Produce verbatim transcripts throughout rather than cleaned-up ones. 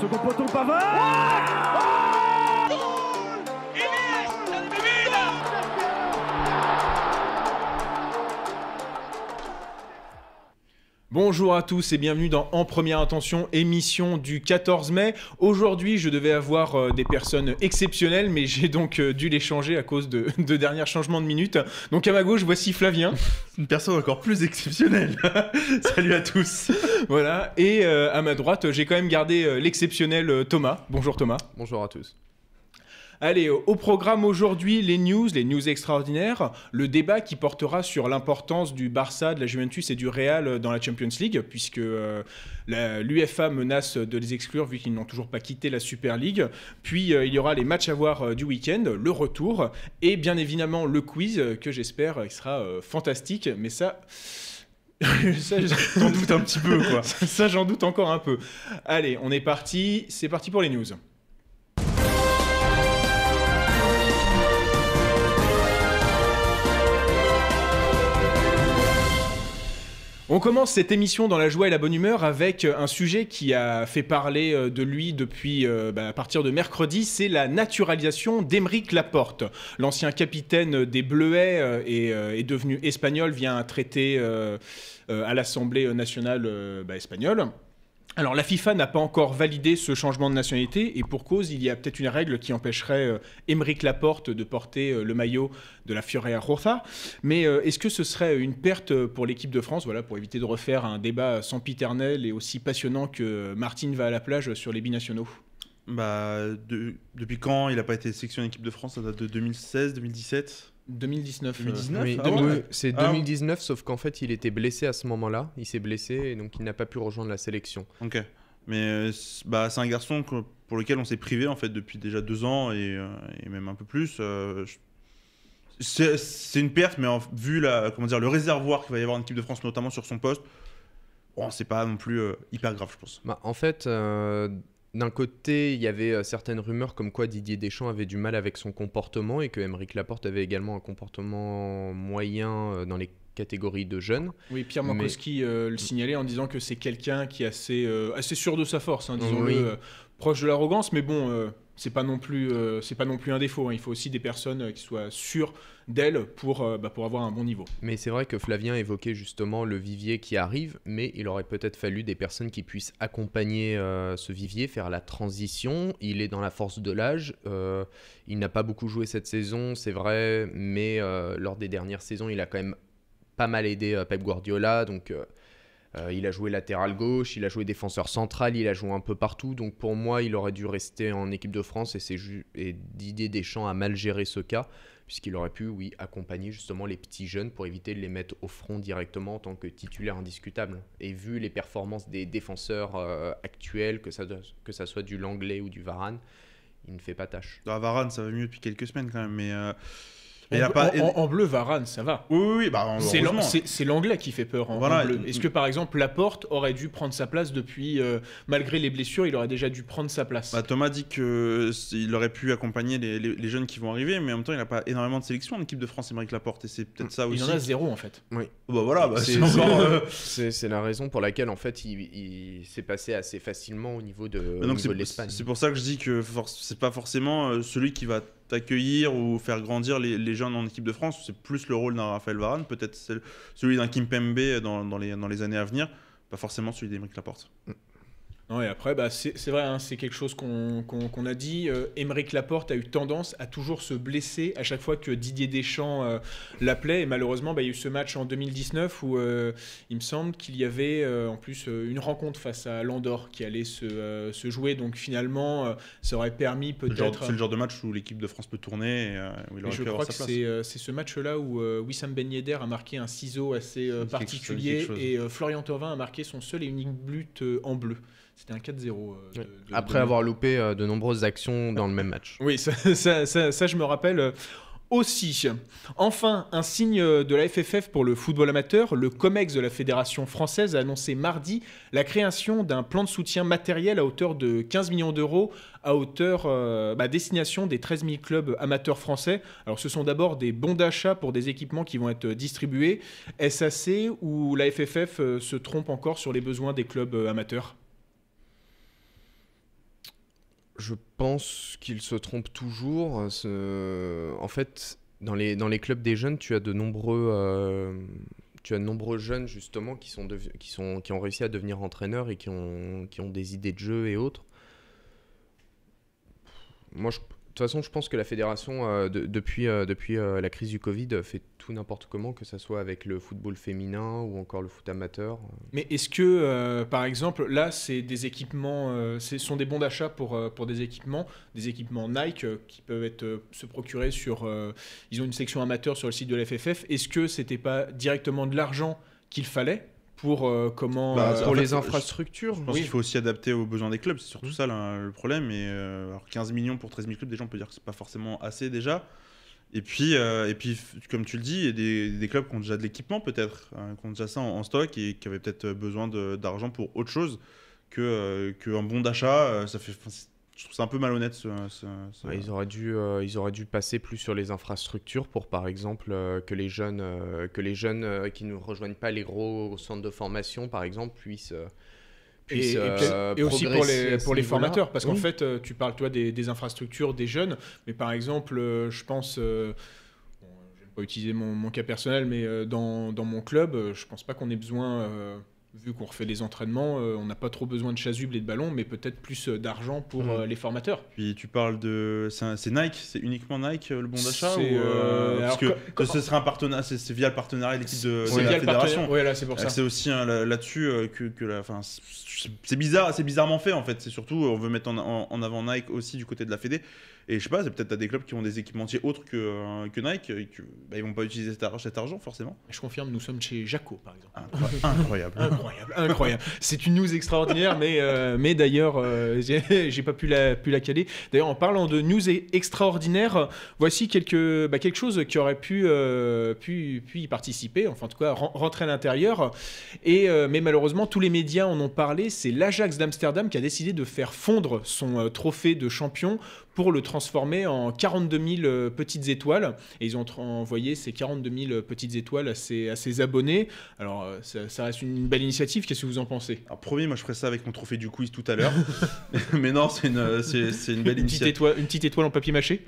second poteau, Pavard. Bonjour à tous et bienvenue dans En Première Intention, émission du quatorze mai. Aujourd'hui, je devais avoir euh, des personnes exceptionnelles, mais j'ai donc euh, dû les changer à cause de, de derniers changements de minutes. Donc à ma gauche, voici Flavien. Une personne encore plus exceptionnelle. Salut à tous. Voilà, et euh, à ma droite, j'ai quand même gardé euh, l'exceptionnel euh, Thomas. Bonjour Thomas. Bonjour à tous. Allez, au programme aujourd'hui, les news, les news extraordinaires, le débat qui portera sur l'importance du Barça, de la Juventus et du Real dans la Champions League, puisque euh, l'U F A menace de les exclure vu qu'ils n'ont toujours pas quitté la Super League. Puis euh, il y aura les matchs à voir euh, du week-end, le retour, et bien évidemment le quiz euh, que j'espère euh, sera euh, fantastique, mais ça... ça j'en doute un petit peu, quoi. ça, ça j'en doute encore un peu. Allez, on est parti, c'est parti pour les news. On commence cette émission dans la joie et la bonne humeur avec un sujet qui a fait parler de lui depuis euh, bah, à partir de mercredi, c'est la naturalisation d'Aymeric Laporte. L'ancien capitaine des Bleuets euh, est, euh, est devenu espagnol via un traité euh, euh, à l'Assemblée nationale euh, bah, espagnole. Alors la FIFA n'a pas encore validé ce changement de nationalité et pour cause, il y a peut-être une règle qui empêcherait euh, Aymeric Laporte de porter euh, le maillot de la Fiorea Roja. Mais euh, est-ce que ce serait une perte pour l'équipe de France, voilà, pour éviter de refaire un débat sempiternel et aussi passionnant que Martine va à la plage sur les binationaux ? Bah, de, depuis quand il n'a pas été sélectionné en équipe de France? Ça date de deux mille seize, deux mille dix-sept deux mille dix-neuf. deux mille dix-neuf oui, ah ouais. C'est ah. deux mille dix-neuf, sauf qu'en fait, il était blessé à ce moment-là. Il s'est blessé et donc il n'a pas pu rejoindre la sélection. Ok. Mais euh, bah, c'est un garçon que, pour lequel on s'est privé en fait, depuis déjà deux ans et, euh, et même un peu plus. Euh, je... c'est, c'est une perte, mais en, vu la, comment dire, le réservoir qu'il va y avoir en équipe de France, notamment sur son poste, bon, c'est pas non plus euh, hyper grave, je pense. Bah, en fait... Euh... D'un côté, il y avait certaines rumeurs comme quoi Didier Deschamps avait du mal avec son comportement et que Aymeric Laporte avait également un comportement moyen dans les catégories de jeunes. Oui, Pierre Mankowski mais... euh, le signalait en disant que c'est quelqu'un qui est assez, euh, assez sûr de sa force, hein, disons-le, oui. euh, proche de l'arrogance, mais bon, euh, c'est pas non plus, euh, c'est pas non plus un défaut. Hein. Il faut aussi des personnes euh, qui soient sûres d'elles pour, euh, bah, pour avoir un bon niveau. Mais c'est vrai que Flavien évoquait justement le vivier qui arrive, mais il aurait peut-être fallu des personnes qui puissent accompagner euh, ce vivier, faire la transition. Il est dans la force de l'âge, euh, il n'a pas beaucoup joué cette saison, c'est vrai, mais euh, lors des dernières saisons, il a quand même pas mal aidé euh, Pep Guardiola, donc... Euh, Euh, il a joué latéral gauche, il a joué défenseur central, il a joué un peu partout. Donc pour moi, il aurait dû rester en équipe de France et, c'est ju- et Didier Deschamps a mal géré ce cas, puisqu'il aurait pu, oui, accompagner justement les petits jeunes pour éviter de les mettre au front directement en tant que titulaire indiscutable. Et vu les performances des défenseurs euh, actuels, que ça, que ça soit du Lenglet ou du Varane, il ne fait pas tâche. Ah, Varane, ça va mieux depuis quelques semaines quand même, mais... Euh... En, bleu, pas... en, en bleu, Varane, ça va. Oui, oui, oui. Bah, c'est, l'an, c'est, c'est l'anglais qui fait peur en, voilà. en bleu. Est-ce que, par exemple, Laporte aurait dû prendre sa place depuis... Euh, malgré les blessures, il aurait déjà dû prendre sa place. Bah, Thomas dit qu'il aurait pu accompagner les, les, les jeunes qui vont arriver, mais en même temps, il n'a pas énormément de sélection en équipe de France, Aymeric Laporte, et c'est peut-être ça aussi. Il en a zéro, en fait. Oui. Bah, voilà, bah, c'est, c'est, encore, euh... c'est, c'est la raison pour laquelle, en fait, il, il s'est passé assez facilement au niveau de, au donc niveau c'est, de l'Espagne. C'est pour ça que je dis que for- c'est pas forcément celui qui va t'accueillir ou faire grandir les, les jeunes en équipe de France, c'est plus le rôle d'un Raphaël Varane, peut-être celui d'un Kimpembe dans, dans, les, dans les années à venir, pas forcément celui d'Aymeric Laporte. Non, et après, bah, c'est, c'est vrai, hein, c'est quelque chose qu'on, qu'on, qu'on a dit. Euh, Aymeric Laporte a eu tendance à toujours se blesser à chaque fois que Didier Deschamps euh, l'appelait. Et malheureusement, bah, il y a eu ce match en deux mille dix-neuf où euh, il me semble qu'il y avait euh, en plus euh, une rencontre face à l'Andorre qui allait se, euh, se jouer. Donc finalement, euh, ça aurait permis peut-être... C'est le, genre, c'est le genre de match où l'équipe de France peut tourner et euh, où il aurait je pu crois avoir que sa place. C'est, euh, c'est ce match-là où euh, Wissam Ben Yedder a marqué un ciseau assez euh, particulier et euh, Florian Thauvin a marqué son seul et unique but euh, en bleu. C'était un quatre zéro. Euh, de, ouais. de, Après de... avoir loupé euh, de nombreuses actions dans le même match. Oui, ça, ça, ça, ça je me rappelle euh, aussi. Enfin, un signe de la F F F pour le football amateur, le COMEX de la Fédération française a annoncé mardi la création d'un plan de soutien matériel à hauteur de quinze millions d'euros à hauteur euh, bah, destination des treize mille clubs amateurs français. Alors ce sont d'abord des bons d'achat pour des équipements qui vont être distribués. Est-ce assez ou la F F F euh, se trompe encore sur les besoins des clubs euh, amateurs ? Je pense qu'il se trompe toujours. Ce- En fait, dans les, dans les clubs des jeunes, tu as de nombreux, euh, tu as de nombreux jeunes justement qui, sont devi- qui, sont, qui ont réussi à devenir entraîneurs et qui ont, qui ont des idées de jeu et autres. Moi, je- de toute façon, je pense que la fédération, euh, de- depuis, euh, depuis euh, la crise du Covid, euh, fait tout n'importe comment, que ce soit avec le football féminin ou encore le foot amateur. Mais est-ce que, euh, par exemple, là, c'est des équipements, euh, ce sont des bons d'achat pour, euh, pour des équipements, des équipements Nike euh, qui peuvent être, euh, se procurer sur... euh, ils ont une section amateur sur le site de la F F F. Est-ce que c'était pas directement de l'argent qu'il fallait pour euh, comment... Bah, euh, ça- Pour en fait, les je- infrastructures, Je pense Oui. qu'il faut aussi adapter aux besoins des clubs, c'est surtout Mhm. ça là, le problème. Et, euh, alors quinze millions pour treize mille clubs, déjà on peut dire que c'est pas forcément assez déjà. Et puis, euh, et puis f- comme tu le dis, il y a des, des clubs qui ont déjà de l'équipement peut-être, hein, qui ont déjà ça en, en stock et qui avaient peut-être besoin de- d'argent pour autre chose que euh, qu'un bon d'achat. euh, Ça fait, enfin, c'est- je trouve ça un peu malhonnête. Ce, ce- ce- Ouais, ils, auraient dû, euh, ils auraient dû passer plus sur les infrastructures pour, par exemple, euh, que les jeunes, euh, que les jeunes euh, qui ne rejoignent pas les gros centres de formation, par exemple, puissent, euh, Et, puissent et euh, peut-être- et aussi pour progresser les, à ce pour les niveau-là. formateurs, parce qu'en Oui. fait, euh, tu parles toi des, des infrastructures des jeunes, mais par exemple, euh, je pense, euh, bon, je vais pas utiliser mon, mon cas personnel, mais euh, dans, dans mon club, euh, je pense pas qu'on ait besoin, euh, vu qu'on refait des entraînements, euh, on n'a pas trop besoin de chasubles et de ballons, mais peut-être plus euh, d'argent pour Mhm. euh, les formateurs. Puis tu parles de. C'est un- c'est Nike, c'est uniquement Nike euh, le bon d'achat C'est, ou, euh, euh, Parce alors, que co- que ce serait un partenariat, c'est c'est via le partenariat de l'équipe de, de C'est la via le fédération. partenaire. Ouais, là, c'est pour ça. Euh, C'est aussi hein, là- là-dessus euh, que, que la, enfin, c'est c'est bizarre, c'est bizarrement fait en fait. C'est surtout on veut mettre en, en- en avant Nike aussi du côté de la Fédé. Et je sais pas, c'est peut-être t'as des clubs qui ont des équipementiers autres que, euh, que Nike, et que bah, ils vont pas utiliser cet, ar- cet argent forcément. Je confirme, nous sommes chez Jaco, par exemple. Incroyable. Incroyable. Incroyable, incroyable. C'est une news extraordinaire, mais, euh, mais d'ailleurs, euh, j'ai j'ai pas pu la, pu la caler. D'ailleurs, en parlant de news e- extraordinaires, voici quelque, bah, quelque chose qui aurait pu, euh, pu, pu y participer, enfin en tout cas ren- rentrer à l'intérieur. Et, euh, mais malheureusement, tous les médias en ont parlé. C'est l'Ajax d'Amsterdam qui a décidé de faire fondre son euh, trophée de champion pour le transformer en quarante-deux mille euh, petites étoiles. Et ils ont tra- envoyé ces quarante-deux mille euh, petites étoiles à ses, à ses abonnés. Alors, euh, ça, ça reste une belle initiative. Qu'est-ce que vous en pensez? Alors promis, moi je ferai ça avec mon trophée du quiz tout à l'heure. Mais non, c'est une, c'est, c'est une belle Une petite, initiative. étoile, une petite étoile en papier mâché?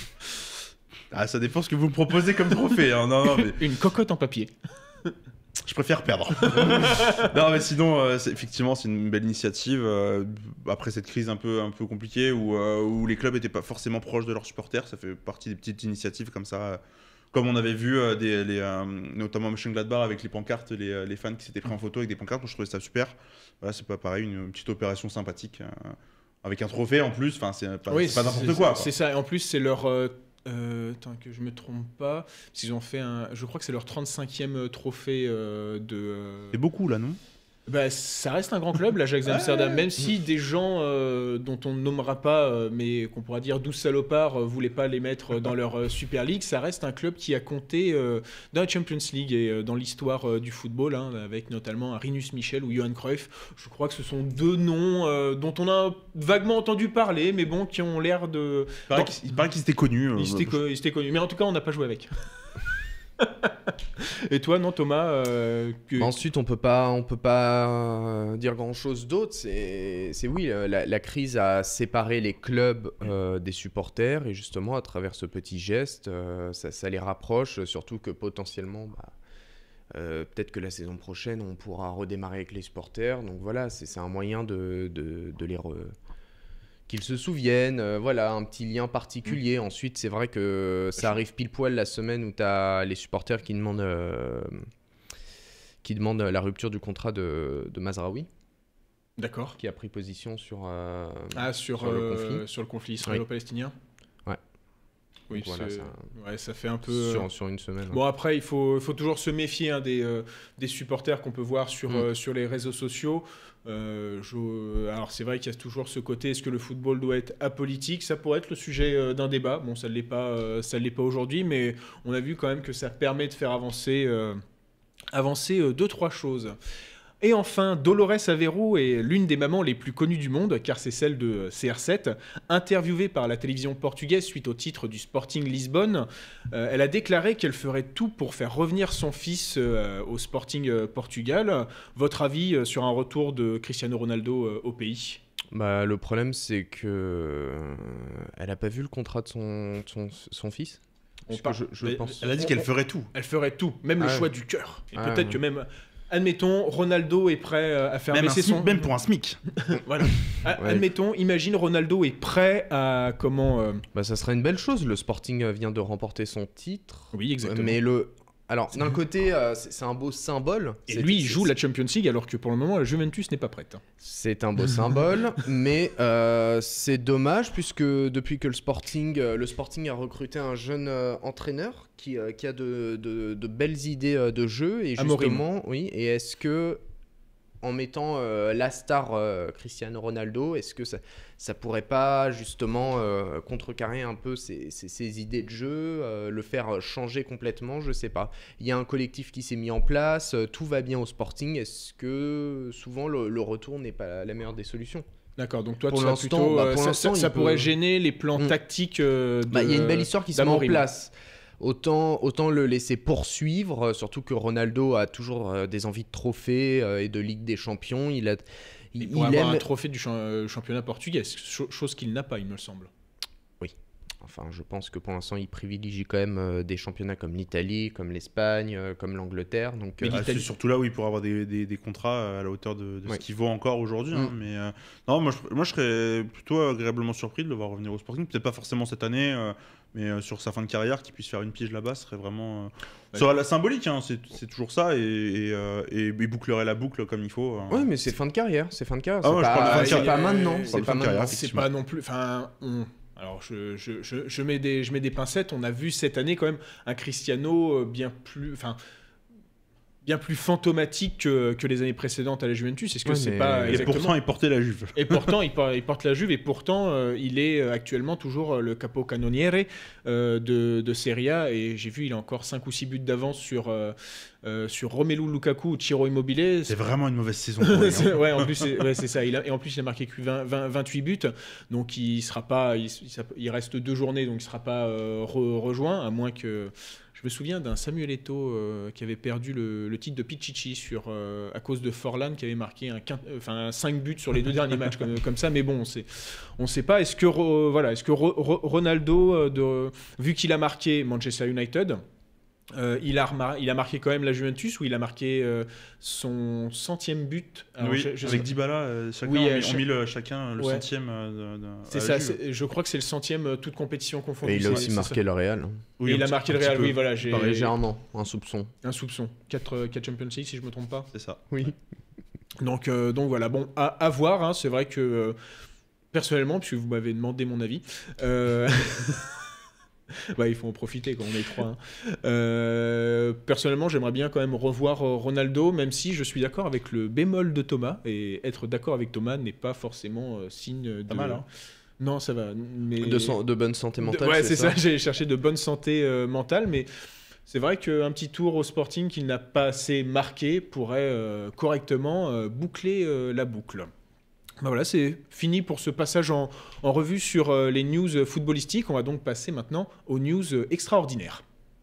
Ah, ça dépend ce que vous me proposez comme trophée. hein. Non, non, mais Une cocotte en papier. je préfère perdre. Non, mais sinon, euh, c'est- effectivement, c'est une belle initiative. euh, après cette crise un peu, un peu compliquée où, euh, où les clubs n'étaient pas forcément proches de leurs supporters, ça fait partie des petites initiatives comme ça. euh, Comme on avait vu, euh, des, les, euh, notamment Mönchengladbach avec les pancartes, les, euh, les fans qui s'étaient pris en photo avec des pancartes, moi, je trouvais ça super. Voilà, c'est pas pareil, une, une petite opération sympathique. euh, avec un trophée en plus, enfin, c'est pas, c'est pas n'importe quoi. quoi. C'est ça. Et en plus, c'est leur. euh, euh, attends, que je me trompe pas. Parce qu'ils ont fait un. Je crois que c'est leur trente-cinquième trophée euh, de. euh, C'est beaucoup là, non? Bah, ça reste un grand club, l'Ajax d'Amsterdam, même si des gens euh, dont on ne nommera pas, euh, mais qu'on pourra dire douze salopards, euh, voulaient pas les mettre dans leur euh, Super League, ça reste un club qui a compté euh, dans la Champions League et euh, dans l'histoire euh, du football, hein, avec notamment un Rinus Michel ou Johan Cruyff. Je crois que ce sont deux noms euh, dont on a vaguement entendu parler, mais bon, qui ont l'air de... Il paraît Non. qu'ils- il paraît qu'ils étaient connus. euh, Ils s'étaient co- ils s'étaient connus, mais en tout cas, on n'a pas joué avec. Et toi, non, Thomas euh, que- Bah, ensuite, on peut pas, on peut pas euh, dire grand chose d'autre. C'est, c'est oui, euh, la, la crise a séparé les clubs euh, des supporters et justement à travers ce petit geste, euh, ça, ça les rapproche. Surtout que potentiellement, bah, euh, peut-être que la saison prochaine, on pourra redémarrer avec les supporters. Donc voilà, c'est, c'est un moyen de, de, de les re- qu'ils se souviennent, euh, voilà, un petit lien particulier. Ensuite, c'est vrai que ça arrive pile poil la semaine où tu as les supporters qui demandent, euh, qui demandent la rupture du contrat de, de Mazraoui, D'accord. qui a pris position sur... euh, Ah, sur, Sur le euh, conflit. sur le conflit israélo-palestinien. Ouais. Oui, Donc voilà, c'est- ça- ouais, ça fait un peu... euh, sur, sur une semaine. Bon, après, il faut, il faut toujours se méfier hein, des, euh, des supporters qu'on peut voir sur, Mm. euh, sur les réseaux sociaux. Euh, je- alors, c'est vrai qu'il y a toujours ce côté, est-ce que le football doit être apolitique? Ça pourrait être le sujet euh, d'un débat. Bon, ça ne l'est pas, euh, ça ne l'est pas aujourd'hui, mais on a vu quand même que ça permet de faire avancer, euh, avancer euh, deux, trois choses. Et enfin, Dolores Aveiro est l'une des mamans les plus connues du monde, car c'est celle de C R sept. Interviewée par la télévision portugaise suite au titre du Sporting Lisbonne, euh, elle a déclaré qu'elle ferait tout pour faire revenir son fils euh, au Sporting euh, Portugal. Votre avis euh, sur un retour de Cristiano Ronaldo euh, au pays? Bah, le problème, c'est que euh, elle a pas vu le contrat de son, son, son fils. On Parce que parle- je, je mais- pense. Elle a dit qu'elle ferait tout. Elle ferait tout, même le Ah ouais. choix du cœur. Et Ah peut-être ouais. que même, admettons, Ronaldo est prêt euh, à faire Même, un baisser SMIC, son... même pour un SMIC. Voilà. A- Ouais. Admettons, imagine Ronaldo est prêt à comment... euh, Bah, ça serait une belle chose. Le Sporting euh, vient de remporter son titre. Oui, exactement. Mais le. Alors, d'un côté, euh, c'est c'est un beau symbole. Et C'est- lui, il c'est- joue la Champions League alors que pour le moment, la Juventus n'est pas prête. C'est un beau symbole, mais euh, c'est dommage puisque depuis que le Sporting, euh, le Sporting a recruté un jeune euh, entraîneur qui, euh, qui a de, de- de belles idées euh, de jeu et Amorim. justement, oui. Et est-ce que en mettant euh, la star euh, Cristiano Ronaldo, est-ce que ça, ça pourrait pas justement euh, contrecarrer un peu ses, ses- ses idées de jeu, euh, le faire changer complètement, je sais pas. Il y a un collectif qui s'est mis en place, euh, tout va bien au Sporting. Est-ce que souvent le, le retour n'est pas la meilleure des solutions? D'accord, donc toi, Pour tu seras l'instant, plutôt, bah, euh, pour ça, l'instant, ça- il ça peut- pourrait gêner les plans Mm. tactiques euh, de Bah, il y a une belle histoire qui se met en d'Amorim. place. Autant, autant le laisser poursuivre, euh, surtout que Ronaldo a toujours euh, des envies de trophées euh, et de Ligue des Champions. Il, a, Il, il, pourrait il avoir aime. un trophée du champ- euh, championnat portugais, cho- chose qu'il n'a pas, il me semble. Enfin, je pense que pour l'instant, il privilégie quand même euh, des championnats comme l'Italie, comme l'Espagne, euh, comme l'Angleterre. Donc, Mais euh, Ah, l'Italie- c'est surtout là où il pourra avoir des, des- des contrats à la hauteur de, de Ouais. ce qu'il vaut encore aujourd'hui. hein. Mm. Mais euh, non, moi je, moi je serais plutôt agréablement surpris de le voir revenir au Sporting. Peut-être pas forcément cette année, euh, mais euh, sur sa fin de carrière, qu'il puisse faire une pige là-bas, ce serait vraiment. euh, Ouais. serait la symbolique, hein, c'est c'est toujours ça, et, et, euh, et il bouclerait la boucle comme il faut. hein. oui, mais c'est fin de carrière. C'est fin de carrière. Ah c'est ouais, je parle de pas, fin de c'est carrière. pas maintenant. Je C'est parle de pas fin de carrière. maintenant. C'est effectivement. pas non plus. Enfin, on- alors je, je, je, je mets des, je mets des pincettes. On a vu cette année quand même un Cristiano euh, bien plus, enfin, bien plus fantomatique que, que les années précédentes à la Juventus. Est-ce que Ouais, c'est mais- pas Et exactement pourtant, il portait la Juve. Et pourtant, il, por- il porte la Juve et pourtant, euh, il est euh, actuellement toujours euh, le capocannoniere euh, de, de Serie A. Et j'ai vu, il a encore cinq ou six buts d'avance sur, euh, euh, sur Romelu Lukaku ou Ciro Immobile. C'est vraiment une mauvaise saison. pour lui, hein. C'est- ouais, en plus, c'est ouais, c'est ça. Il a, et en plus, il a marqué que vingt, vingt, vingt-huit buts. Donc, il sera pas. Il, il, il reste deux journées, donc il sera pas euh, re- rejoint, à moins que. Je me souviens d'un Samuel Eto'o euh, qui avait perdu le, le titre de Pichichi sur, euh, à cause de Forlan qui avait marqué un, quin- euh, enfin, cinq buts sur les deux derniers matchs comme, comme ça. Mais bon, on sait, on sait pas. Est-ce que, Ro- voilà, est-ce que Ro- Ro- Ronaldo, euh, de, vu qu'il a marqué Manchester United, euh, il, a remar- il a marqué quand même la Juventus, ou il a marqué euh, son centième but. Alors, Oui, je- je sais avec pas. Dybala, euh, chacun Oui, ont, euh, mis, cha- ont mis le- chacun le Ouais. centième. euh, de- de- C'est à la ça, Juve. c'est- je crois que c'est le centième, euh, toute compétition confondue. Et il a c'est- aussi c'est marqué ça. le Real. hein. Oui, Et un il a petit- marqué un le petit Real, peu. oui, voilà, j'ai Pas légèrement, un soupçon. un soupçon. quatre Champions League, si je me trompe pas. C'est ça. Oui. Donc, euh, donc voilà, bon, à, à voir. hein, c'est vrai que euh, personnellement, puisque vous m'avez demandé mon avis, euh, bah, il faut en profiter quand on est trois. hein. Euh, personnellement, j'aimerais bien quand même revoir euh, Ronaldo, même si je suis d'accord avec le bémol de Thomas. Et être d'accord avec Thomas n'est pas forcément euh, signe de. mal, hein. Non, ça va. Mais... De, san- de bonne santé De- mentale. ouais, c'est ça. J'ai cherché de bonne santé euh, mentale, mais c'est vrai qu'un petit tour au Sporting qu'il n'a pas assez marqué pourrait euh, correctement euh, boucler euh, la boucle. Ben voilà, c'est fini pour ce passage en, en revue sur euh, les news footballistiques. On va donc passer maintenant aux news euh, extraordinaires.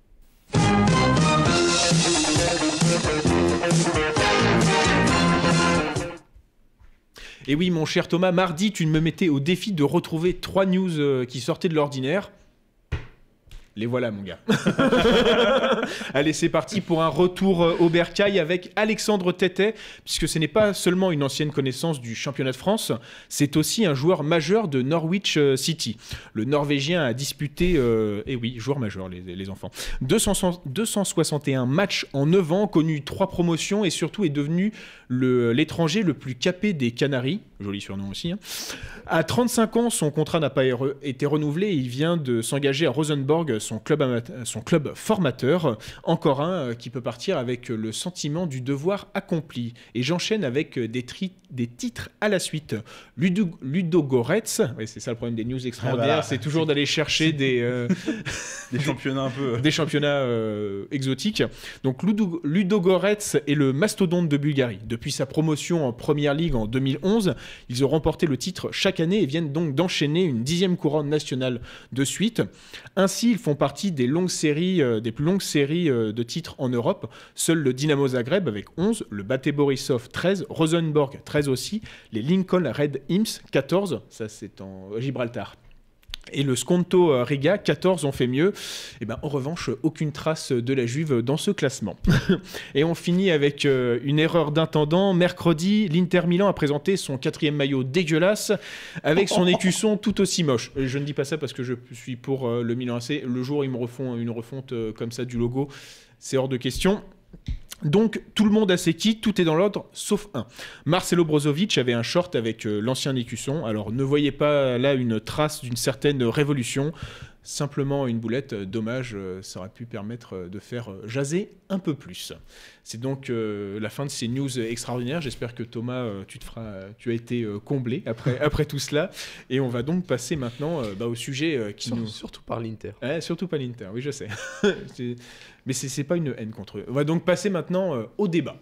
Et oui, mon cher Thomas, mardi, tu me mettais au défi de retrouver trois news euh, qui sortaient de l'ordinaire. Les voilà, mon gars. Allez, c'est parti pour un retour euh, au bercail avec Alexandre Tetet, puisque ce n'est pas seulement une ancienne connaissance du championnat de France, c'est aussi un joueur majeur de Norwich euh, City. Le Norvégien a disputé, euh, eh oui, joueur majeur, les, les enfants, deux cents, deux cent soixante et un matchs en neuf ans, connu trois promotions et surtout est devenu le, l'étranger le plus capé des Canaries. Joli surnom aussi. Hein. À trente-cinq ans, son contrat n'a pas re- été renouvelé et il vient de s'engager à Rosenborg, son club, amata- son club formateur. Encore un euh, qui peut partir avec le sentiment du devoir accompli. Et j'enchaîne avec euh, des, tri- des titres à la suite. Ludo, Ludo Goretz, ouais, c'est ça le problème des news extraordinaires, Ah bah, c'est toujours d'aller chercher des, euh, Des championnats un peu. des championnats euh, exotiques. Donc Ludo, Ludo Goretz est le mastodonte de Bulgarie. Depuis sa promotion en Première Ligue en deux mille onze, ils ont remporté le titre chaque année et viennent donc d'enchaîner une dixième couronne nationale de suite. Ainsi, ils font font partie des longues séries, euh, des plus longues séries euh, de titres en Europe. Seul le Dynamo Zagreb avec onze, le Bate Borisov treize, Rosenborg treize aussi, les Lincoln Red Imps quatorze, ça c'est en Gibraltar. Et le Skonto Riga, quatorze, ont fait mieux. Et ben, en revanche, aucune trace de la Juve dans ce classement. Et on finit avec euh, une erreur d'intendant. Mercredi, l'Inter Milan a présenté son quatrième maillot dégueulasse avec son écusson tout aussi moche. Je ne dis pas ça parce que je suis pour euh, le Milan A C. Le jour où ils me refont une refonte euh, comme ça du logo, c'est hors de question. Donc, tout le monde a ses kits, tout est dans l'ordre, sauf un. Marcelo Brozovic avait un short avec euh, l'ancien écusson, alors ne voyez pas là une trace d'une certaine révolution, simplement une boulette, euh, dommage, euh, ça aurait pu permettre euh, de faire euh, jaser un peu plus. C'est donc euh, la fin de ces news extraordinaires, j'espère que Thomas, euh, tu, te feras, euh, tu as été euh, comblé après, après tout cela, et on va donc passer maintenant euh, bah, au sujet euh, qui Sur- nous... Surtout par l'Inter. Ouais, surtout pas l'Inter, oui je sais. C'est- Mais c'est c'est pas une haine contre eux. On va donc passer maintenant euh, au débat.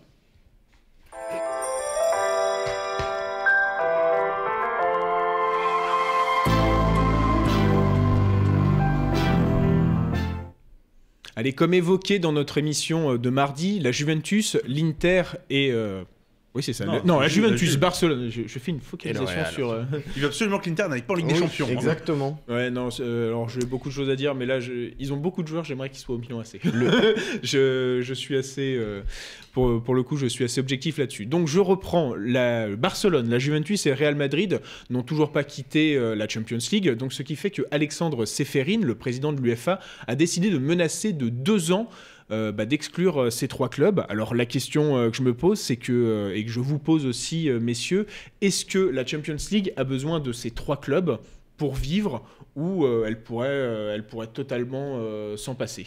Allez, comme évoqué dans notre émission euh, de mardi, la Juventus, l'Inter et... euh, Oui, c'est ça. Non, Le- Non, la la Juve, la Juventus, Juve. Barcelone. Je, je fais une focalisation Et le Real. sur... euh, Il veut absolument que l'Inter n'aille pas en Ligue des Oui, Champions. hein. Exactement. Ouais, non, c'est- euh, alors j'ai beaucoup de choses à dire, mais là, je- ils ont beaucoup de joueurs, j'aimerais qu'ils soient au Milan A C. Le- je, je suis assez, euh, pour, pour le coup, je suis assez objectif là-dessus. Donc je reprends la Barcelone, la Juventus et Real Madrid n'ont toujours pas quitté euh, la Champions League, donc ce qui fait que Alexandre Seferin, le président de l'U F A, a décidé de menacer de deux ans Euh, bah, d'exclure euh, ces trois clubs. Alors la question euh, que je me pose, c'est que, euh, et que je vous pose aussi, euh, messieurs, est-ce que la Champions League a besoin de ces trois clubs pour vivre ou euh, elle, pourrait, euh, elle pourrait totalement euh, s'en passer?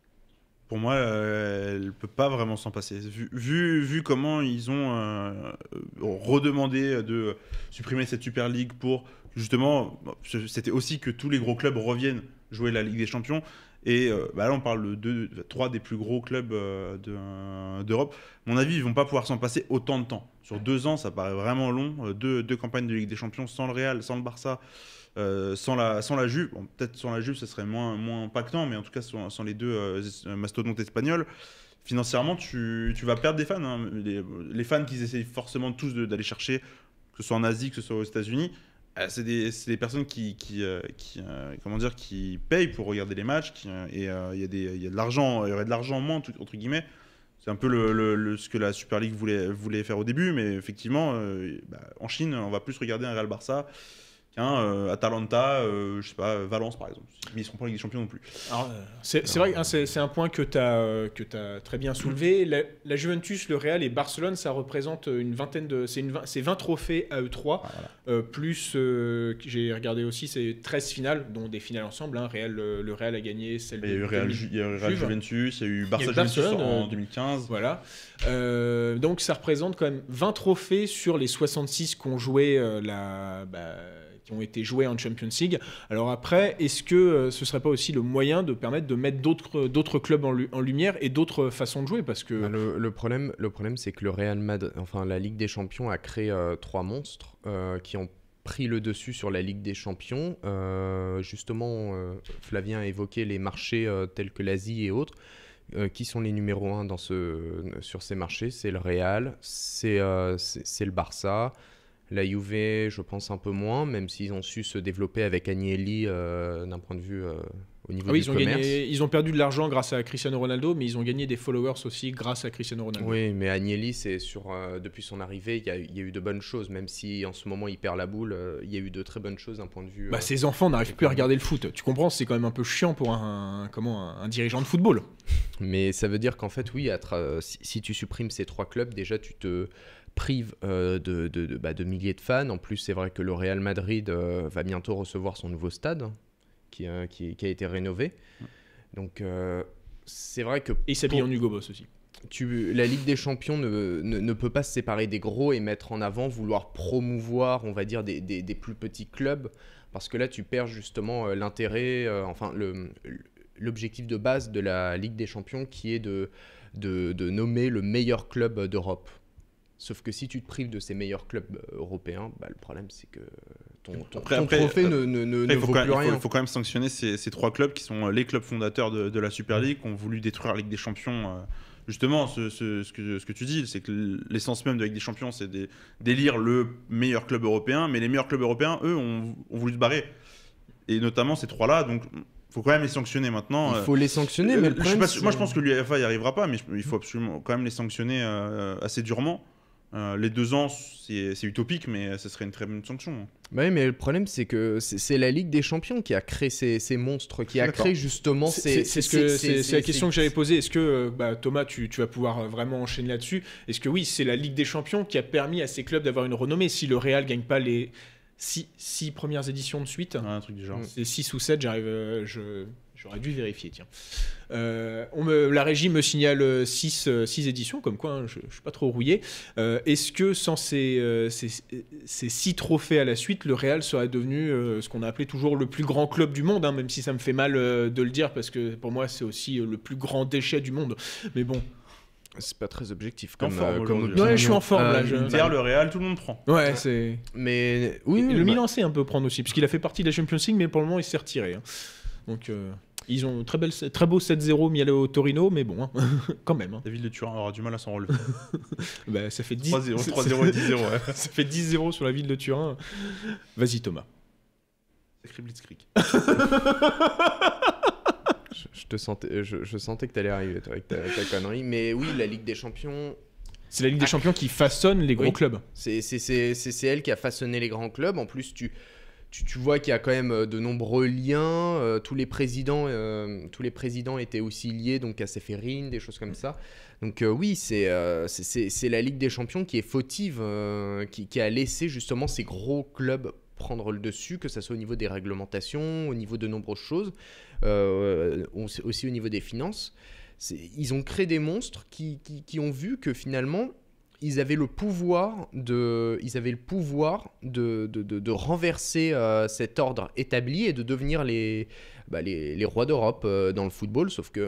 Pour moi, euh, elle ne peut pas vraiment s'en passer. Vu, vu, vu comment ils ont euh, euh, redemandé de supprimer cette Super League pour, justement, c'était aussi que tous les gros clubs reviennent jouer la Ligue des Champions. Et euh, bah là, on parle de deux, trois des plus gros clubs euh, de, euh, d'Europe. À mon avis, ils vont pas pouvoir s'en passer autant de temps. Sur deux ans, ça paraît vraiment long. Euh, deux, deux campagnes de Ligue des Champions sans le Real, sans le Barça, euh, sans, la, sans la Juve. Bon, peut-être sans la Juve, ça serait moins, moins impactant, mais en tout cas, sans, sans les deux euh, mastodontes espagnols, financièrement, tu, tu vas perdre des fans. Hein. Les, les fans qu'ils essayent forcément tous de, d'aller chercher, que ce soit en Asie, que ce soit aux États-Unis. Euh, c'est, des, c'est des personnes qui, qui, euh, qui, euh, comment dire, qui payent pour regarder les matchs qui, euh, et il euh, y, y a de l'argent, il y aurait de l'argent en moins tout, entre guillemets. C'est un peu le, le, le, ce que la Super League voulait, voulait faire au début, mais effectivement, euh, bah, en Chine, on va plus regarder un Real Barça qu'un euh, Atalanta, euh, je sais pas, Valence par exemple. Mais ils seront pas en Ligue des Champions non plus. Alors, euh, c'est, c'est vrai que hein, c'est, c'est un point que tu as euh, que tu as très bien soulevé. La, la Juventus, le Real et Barcelone, ça représente une vingtaine de... C'est, une, c'est vingt trophées à eux trois, Ah, voilà. euh, plus, euh, j'ai regardé aussi, c'est treize finales, dont des finales ensemble. Hein. Real, le, le Real a gagné celle Il y a eu Real, Ju- il y a eu Real Juve. Juventus, il y a eu Barça Il y a eu Juventus Barcelone, en euh, deux mille quinze. Voilà. Euh, donc ça représente quand même vingt trophées sur les soixante-six qu'ont joué euh, la... Bah, qui ont été joués en Champions League. Alors après, est-ce que euh, ce serait pas aussi le moyen de permettre de mettre d'autres, d'autres clubs en, lu- en lumière et d'autres façons de jouer? Parce que... Bah, le, le problème, le problème, c'est que le Real Madrid, enfin la Ligue des Champions a créé euh, trois monstres euh, qui ont pris le dessus sur la Ligue des Champions. Euh, justement, euh, Flavien a évoqué les marchés euh, tels que l'Asie et autres. Euh, qui sont les numéros un dans ce, sur ces marchés? C'est le Real, c'est, euh, c'est, c'est le Barça. La Juve, je pense un peu moins, même s'ils ont su se développer avec Agnelli euh, d'un point de vue euh, au niveau Ah oui, du ils ont, commerce. gagné, ils ont perdu de l'argent grâce à Cristiano Ronaldo, mais ils ont gagné des followers aussi grâce à Cristiano Ronaldo. Oui, mais Agnelli, c'est sur, euh, depuis son arrivée, il y, a- il y a eu de bonnes choses, même si en ce moment il perd la boule, euh, il y a eu de très bonnes choses d'un point de vue... Bah, euh, ces enfants n'arrivent plus à regarder le foot. Tu comprends, c'est quand même un peu chiant pour un, un- comment, un, un dirigeant de football. Mais ça veut dire qu'en fait, oui, à tra- si, si tu supprimes ces trois clubs, déjà tu te prives euh, de, de, de, bah, de milliers de fans. En plus, c'est vrai que le Real Madrid euh, va bientôt recevoir son nouveau stade qui, euh, qui, qui a été rénové. Donc, euh, c'est vrai que... Et il s'habille pour- en Hugo Boss aussi. Tu, la Ligue des Champions ne, ne, ne peut pas se séparer des gros et mettre en avant, vouloir promouvoir, on va dire, des, des, des plus petits clubs, parce que là, tu perds justement euh, l'intérêt, euh, enfin, le, l'objectif de base de la Ligue des Champions qui est de, de, de nommer le meilleur club d'Europe. Sauf que si tu te prives de ces meilleurs clubs euh, européens, bah, le problème, c'est que ton, ton, Après- ton après, trophée euh, ne, ne, ne, Après, ne il faut, vaut quand plus même, il faut- rien. il faut quand même sanctionner ces, ces trois clubs qui sont euh, les clubs fondateurs de, de la Super League, qui ont voulu détruire la Ligue des Champions. euh, justement, ce, ce, ce, que, ce que tu dis, c'est que l'essence même de la Ligue des Champions, c'est des- d'élire le meilleur club européen, mais les meilleurs clubs européens, eux, ont, ont voulu se barrer. Et notamment ces trois-là, donc il faut quand même les sanctionner maintenant. Il euh, faut les sanctionner, mais le euh, je suis problème, pas- c'est- moi, je pense que l'U E F A n'y arrivera pas, mais je- il faut absolument quand même les sanctionner euh, assez durement. Euh, les deux ans, c'est c'est utopique, mais ce serait une très bonne sanction. Bah oui, mais le problème, c'est que c'est c'est la Ligue des Champions qui a créé ces, ces monstres, qui a D'accord. créé justement C'est ces. c'est ce que- ces- c'est- ces- c'est la ces- question que j'avais posée. Est-ce que, euh, bah, Thomas, tu, tu vas pouvoir euh, vraiment enchaîner là-dessus? Est-ce que oui, c'est la Ligue des Champions qui a permis à ces clubs d'avoir une renommée? Si le Real gagne pas les six, six premières éditions de suite, Ouais, un truc du genre. Mm. c'est six ou sept, j'arrive, euh, je, j'aurais dû vérifier, tiens. Euh, on me, la régie me signale six éditions, comme quoi hein, je ne suis pas trop rouillé. Euh, Est-ce que sans ces, euh, ces, ces six trophées à la suite, le Real serait devenu euh, ce qu'on a appelé toujours le plus grand club du monde, hein, même si ça me fait mal euh, de le dire, parce que pour moi c'est aussi euh, le plus grand déchet du monde. Mais bon. C'est pas très objectif En comme, forme euh, comme aujourd'hui. opinion. Ouais, je suis en forme là. Euh, je- L'Inter, le Real, tout le monde prend. Ouais, c'est. Mais oui, Et oui, le bah- Milan sait un peu prendre aussi, puisqu'il a fait partie de la Champions League, mais pour le moment il s'est retiré. hein. Donc euh, ils ont très, belle, très beau sept zéro mis au Torino, mais bon, hein, quand même. hein. David de Turin aura du mal à s'en relever. Bah, ça fait dix trois zéro, trois zéro et dix zéro. Ouais. ça fait dix zéro sur la ville de Turin. Vas-y Thomas. Sacré Blitzkrieg. Je, je te sentais, je, je sentais que t'allais arriver toi, avec ta, ta connerie. Mais oui, la Ligue des Champions, C'est la Ligue des Champions qui façonne les gros Oui. clubs. c'est c'est- c'est- c'est- c'est elle qui a façonné les grands clubs. En plus, tu, tu, tu vois qu'il y a quand même euh, de nombreux liens. euh, tous, les présidents, euh, tous les présidents étaient aussi liés donc à Ceferin, des choses comme ça. Donc euh, oui, c'est euh, c'est- c'est- c'est la Ligue des Champions qui est fautive, euh, qui, qui a laissé justement ces gros clubs prendre le dessus, que ce soit au niveau des réglementations, au niveau de nombreuses choses, euh, aussi aussi au niveau des finances. C'est- Ils ont créé des monstres qui, qui, qui ont vu que finalement, ils avaient le pouvoir de, ils avaient le pouvoir de, de, de, de renverser euh, cet ordre établi et de devenir les, bah, les, les rois d'Europe euh, dans le football. Sauf que,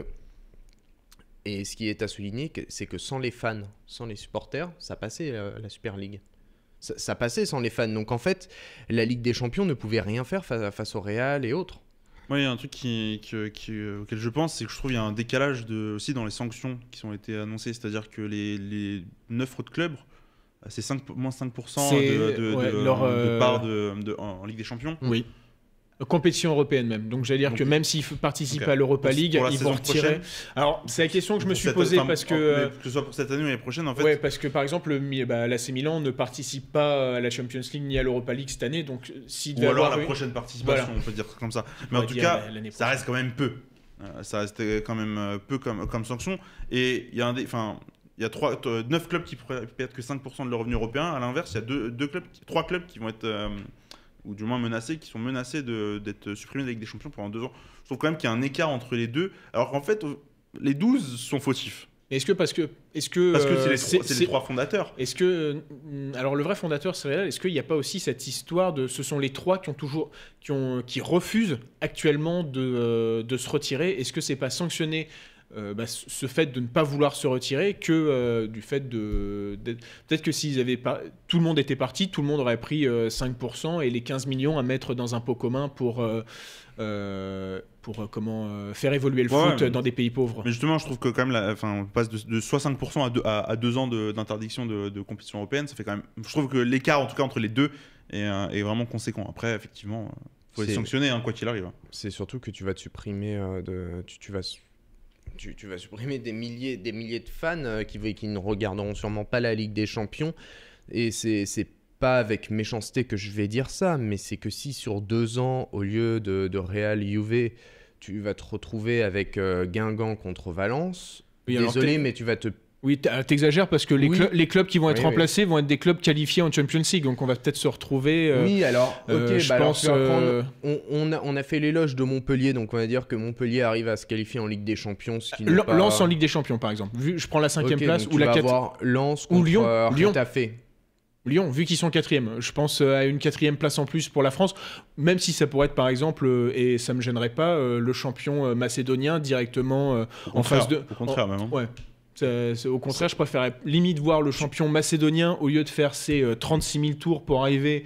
et ce qui est à souligner, que- c'est que sans les fans, sans les supporters, ça passait euh, la Super League. Ça, ça passait sans les fans. Donc en fait, la Ligue des Champions ne pouvait rien faire face, face au Real et autres. Moi, il y a un truc qui, qui, qui- auquel je pense, c'est que je trouve qu'il y a un décalage de, aussi dans les sanctions qui ont été annoncées. C'est-à-dire que les, les neuf autres clubs, c'est cinq, moins cinq pour cent de, C'est- de, ouais, de- leur, de euh, part de, de- en, en Ligue des Champions. Oui. Compétition européenne même. Donc j'allais dire Donc, que même s'ils f- participent ok. à l'Europa Pour- League, pour la ils saison vont retirer. prochaine. Alors c'est la question que je me Pour suis cette- posée enfin, parce en- que. mais que ce soit pour cette année ou l'année prochaine, en fait. Ouais, parce que par exemple, le Mi- bah, l'A C Milan ne participe pas à la Champions League ni à l'Europa League cette année, donc s'il Ou devait alors avoir la une- prochaine participation, Voilà. on peut dire comme ça. Mais On en va tout dire cas, l'année ça reste quand même peu. Euh, ça reste quand même euh, peu comme, comme sanction. Et il y a un des, enfin, il y a trois, euh, neuf clubs qui pourraient perdre que cinq pour cent de leur revenu européen. À l'inverse, il y a deux, deux clubs, qui- trois clubs qui vont être, euh, ou du moins menacés, qui sont menacés de- d'être supprimés de la Ligue des Champions pendant deux ans. Je trouve quand même qu'il y a un écart entre les deux, alors qu'en fait, les douze sont fautifs. Est-ce que parce que est-ce que Parce que euh, c'est les, c'est- trois- c'est les c'est- trois fondateurs. Est-ce que euh, alors le vrai fondateur c'est Real, est-ce qu'il n'y a pas aussi cette histoire de ce sont les trois qui ont toujours qui ont qui refusent actuellement de, euh, de se retirer? Est-ce que c'est pas sanctionné euh, bah, ce ce fait de ne pas vouloir se retirer que euh, du fait de d'être- peut-être que s'ils avaient pas tout le monde était parti, tout le monde aurait pris euh, cinq pour cent et les quinze millions à mettre dans un pot commun pour euh, euh, pour euh, comment euh, faire évoluer le Ouais, foot mais- dans des pays pauvres. Mais justement, je trouve que quand même, la, enfin, on passe de, de soixante pour cent à deux, à, à deux ans de- d'interdiction de, de compétition européenne. Ça fait quand même. Je trouve que l'écart, en tout cas, entre les deux est, euh, est vraiment conséquent. Après, effectivement, il faut les C'est- sanctionner, hein, quoi qu'il arrive. C'est surtout que tu vas te supprimer euh, de, tu, tu vas s- tu, tu vas supprimer des milliers, des milliers de fans euh, qui, v- qui ne regarderont sûrement pas la Ligue des Champions. Et c'est c'est pas avec méchanceté que je vais dire ça, mais c'est que si sur deux ans, au lieu de, de Real Juve, tu vas te retrouver avec euh, Guingamp contre Valence, Oui, alors désolé, t'es- mais tu vas te Oui, t'as- t'exagères parce que les, Oui. clubs- les clubs qui vont être Oui, remplacés vont être des clubs qualifiés en Champions League, donc on va peut-être se retrouver. euh, Oui, alors, ok, euh, je bah alors, pense, tu vas prendre- euh, on, on a, on a fait l'éloge de Montpellier, donc on va dire que Montpellier arrive à se qualifier en Ligue des Champions, ce qui n'est Lan- pas... Lens en Ligue des Champions, par exemple. Vu, je prends la cinquième Ok, place donc ou tu la vas quatrième. avoir Lens ou contre Lyon, euh, Lyon. Retafe. Lyon, vu qu'ils sont quatrième, je pense euh, à une quatrième place en plus pour la France, même si ça pourrait être par exemple, euh, et ça me gênerait pas, euh, le champion euh, macédonien directement euh, Au en face de. contraire, Au contraire, même. hein. Ouais. C'est- c'est- au contraire, je préférerais limite voir le champion macédonien au lieu de faire ses euh, trente-six mille tours pour arriver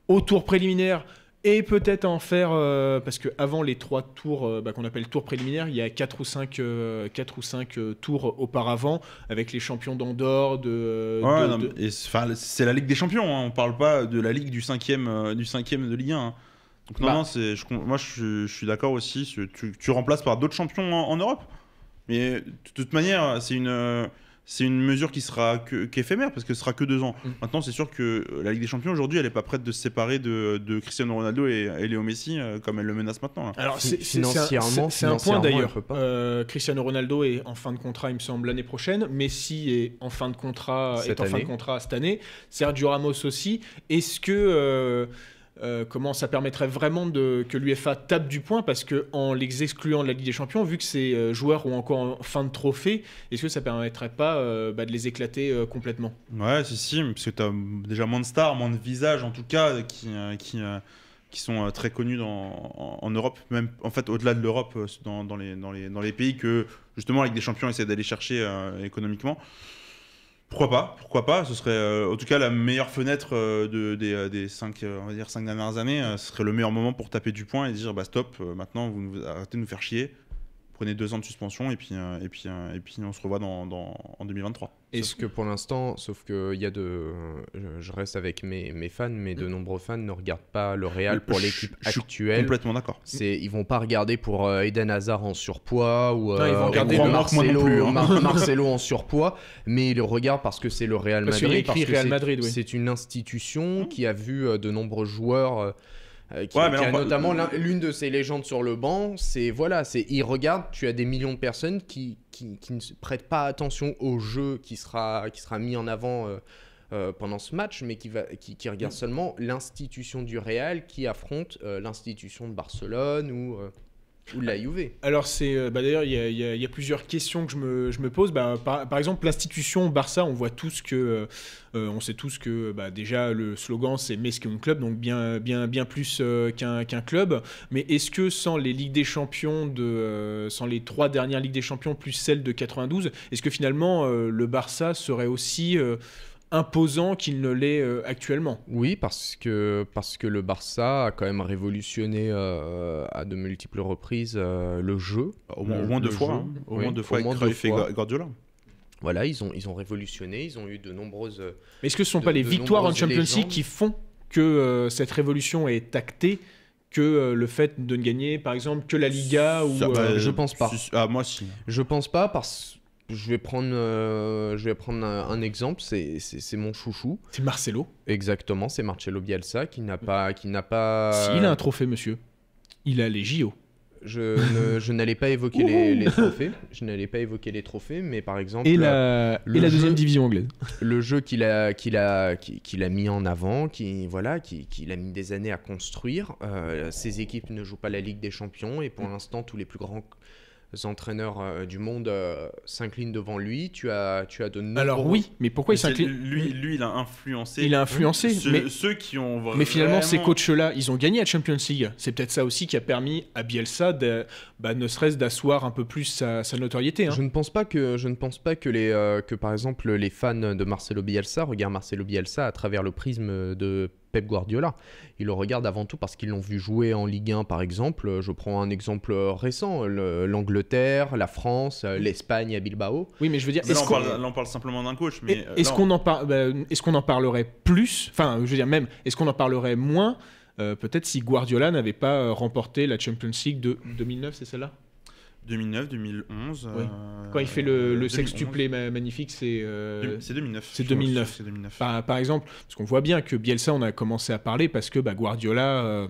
au tour préliminaire et peut-être en faire, euh, parce qu'avant les trois tours euh, bah, qu'on appelle tours préliminaires, il y a quatre ou cinq, euh, quatre ou cinq euh, tours auparavant avec les champions d'Andorre. De, Ouais, de- non, de- et c'est 'fin, c'est la Ligue des Champions, hein. On parle pas de la Ligue du cinquième, euh, du cinquième de Ligue un. Hein. Donc non, Bah. non, c'est, je, moi je, suis- je suis d'accord aussi. Tu, tu remplaces par d'autres champions en, en Europe. Mais de toute manière, c'est une, euh, c'est une mesure qui sera que, qu'éphémère parce que ce sera que deux ans. Mm. Maintenant, c'est sûr que la Ligue des Champions aujourd'hui, elle est pas prête de se séparer de, de Cristiano Ronaldo et, et Léo Messi euh, comme elle le menace maintenant. Là. Alors, Fi- c'est- c'est- c'est un- financièrement- c'est c'est un point financièrement, d'ailleurs. elle peut pas. Euh, Cristiano Ronaldo est en fin de contrat, il me semble, l'année prochaine. Messi est en fin de contrat, Cette est en fin de année. contrat cette année. Sergio Ramos aussi. Est-ce que euh, euh, comment ça permettrait vraiment de, que l'U E F A tape du poing parce que en les excluant de la Ligue des Champions, vu que ces euh, joueurs ont encore en fin de trophée, est-ce que ça permettrait pas euh, bah, de les éclater euh, complètement? Ouais, si, si, parce que tu as déjà moins de stars, moins de visages en tout cas, qui, euh, qui, euh, qui sont euh, très connus dans, en, en Europe, même en fait au-delà de l'Europe, euh, dans, dans, les, dans, les, dans les pays que justement la Ligue des Champions essaie d'aller chercher euh, économiquement. Pourquoi pas? Pourquoi pas? Ce serait euh, en tout cas la meilleure fenêtre euh, de, des, euh, des cinq, euh, on va dire cinq dernières années. Euh, ce serait le meilleur moment pour taper du poing et dire bah stop, euh, maintenant vous nous- arrêtez de nous faire chier. Prenez deux ans de suspension et puis, euh, et puis, euh, et puis on se revoit dans, dans, en deux mille vingt-trois. Est-ce que pour l'instant, sauf que il y a de, je, je reste avec mes, mes fans, mais de nombreux fans ne regardent pas le Real pour Je- l'équipe je suis actuelle. Complètement d'accord. C'est, ils vont pas regarder pour euh, Eden Hazard en surpoids ou Non, ils vont euh, regarder ou le- moi non Marcelo, plus, hein. Mar- Marcelo en surpoids, mais ils le regardent parce que c'est le Real Parce qu'il Madrid, y a écrit parce que Real c'est, Madrid, oui. c'est une institution qui a vu euh, de nombreux joueurs. euh, euh, qui, Ouais, mais qui là, a on parle- notamment l'un- l'une de ses légendes sur le banc, c'est voilà, c'est ils regardent, tu as des millions de personnes qui, qui, qui ne se prêtent pas attention au jeu qui sera, qui sera mis en avant euh, euh, pendant ce match, mais qui, va, qui, qui regardent seulement l'institution du Real qui affronte euh, l'institution de Barcelone ou, euh, ou de la Juve. Alors, c'est, euh, bah, d'ailleurs, il y, a- il y a- il y a plusieurs questions que je me, je me pose. Bah, par, par exemple, l'institution Barça, on voit tous que, euh, euh, on sait tous que bah, déjà le slogan c'est Més que un club, donc bien, bien, bien plus euh, qu'un, qu'un club. Mais est-ce que sans les Ligues des Champions, de, euh, sans les trois dernières Ligues des Champions plus celle de quatre-vingt-douze, est-ce que finalement euh, le Barça serait aussi euh, imposant qu'il ne l'est euh, actuellement? Oui, parce que, parce que le Barça a quand même révolutionné euh, à de multiples reprises euh, le jeu. Au moins, Le- au moins deux le fois. jeu. hein. Au Oui, moins deux fois au moins avec deux Cruyff et fois. Guardiola. Voilà, ils ont, ils ont révolutionné, ils ont eu de nombreuses... euh, Mais est-ce que ce ne sont De- pas les de victoires en nombreuses Champions League légendes. qui font que euh, cette révolution est actée que euh, le fait de ne gagner, par exemple, que la Liga ou Ça, euh, bah, je pense pas. si- Ah, moi si. Je pense pas parce je vais prendre, euh, je vais prendre un, un exemple, c'est, c'est, c'est mon chouchou. c'est Marcelo. Exactement, c'est Marcelo Bielsa qui n'a pas... Qui n'a pas S'il a un trophée, monsieur, il a les J O. Je, ne- je n'allais pas évoquer les, les trophées, je n'allais pas évoquer les trophées, mais par exemple... Et la, le et la jeu- deuxième division anglaise. le jeu qu'il a, qu'il a, qu'il qu'il a mis en avant, qui, voilà, qui- qu'il a mis des années à construire. Euh, ces équipes ne jouent pas la Ligue des Champions et pour l'instant, tous les plus grands entraîneurs euh, du monde euh, s'inclinent devant lui. Tu as, tu as de nombreux... Alors oui, mais pourquoi il C'est- s'incline? lui, lui, il a influencé. Il a influencé, ceux, mais, ceux qui ont vraiment. mais finalement, ces coachs-là, ils ont gagné la Champions League. C'est peut-être ça aussi qui a permis à Bielsa, de, bah, ne serait-ce d'asseoir un peu plus sa, sa notoriété. Hein. Je ne pense pas que je ne pense pas que les euh, que par exemple les fans de Marcelo Bielsa regardent Marcelo Bielsa à travers le prisme de Pep Guardiola. Ils le regardent avant tout parce qu'ils l'ont vu jouer en Ligue un par exemple. Je prends un exemple récent, le- l'Angleterre, la France, l'Espagne à Bilbao. Oui, mais je veux dire, Mais là, est-ce on qu'on parle, là, on parle simplement d'un coach. Mais euh, est-ce là, qu'on en, par- bah, est-ce qu'on en parlerait plus? Enfin, je veux dire même, est-ce qu'on en parlerait moins euh, peut-être si Guardiola n'avait pas euh, remporté la Champions League de deux mille neuf, c'est celle-là? deux mille neuf, deux mille onze. Oui. euh, Quand il fait le, le deux mille onze. sextuplé ma- magnifique, c'est... euh, C'est deux mille neuf. c'est je crois deux mille que neuf. C'est deux mille neuf. Par, par exemple, parce qu'on voit bien que Bielsa, on a commencé à parler parce que bah, Guardiola euh,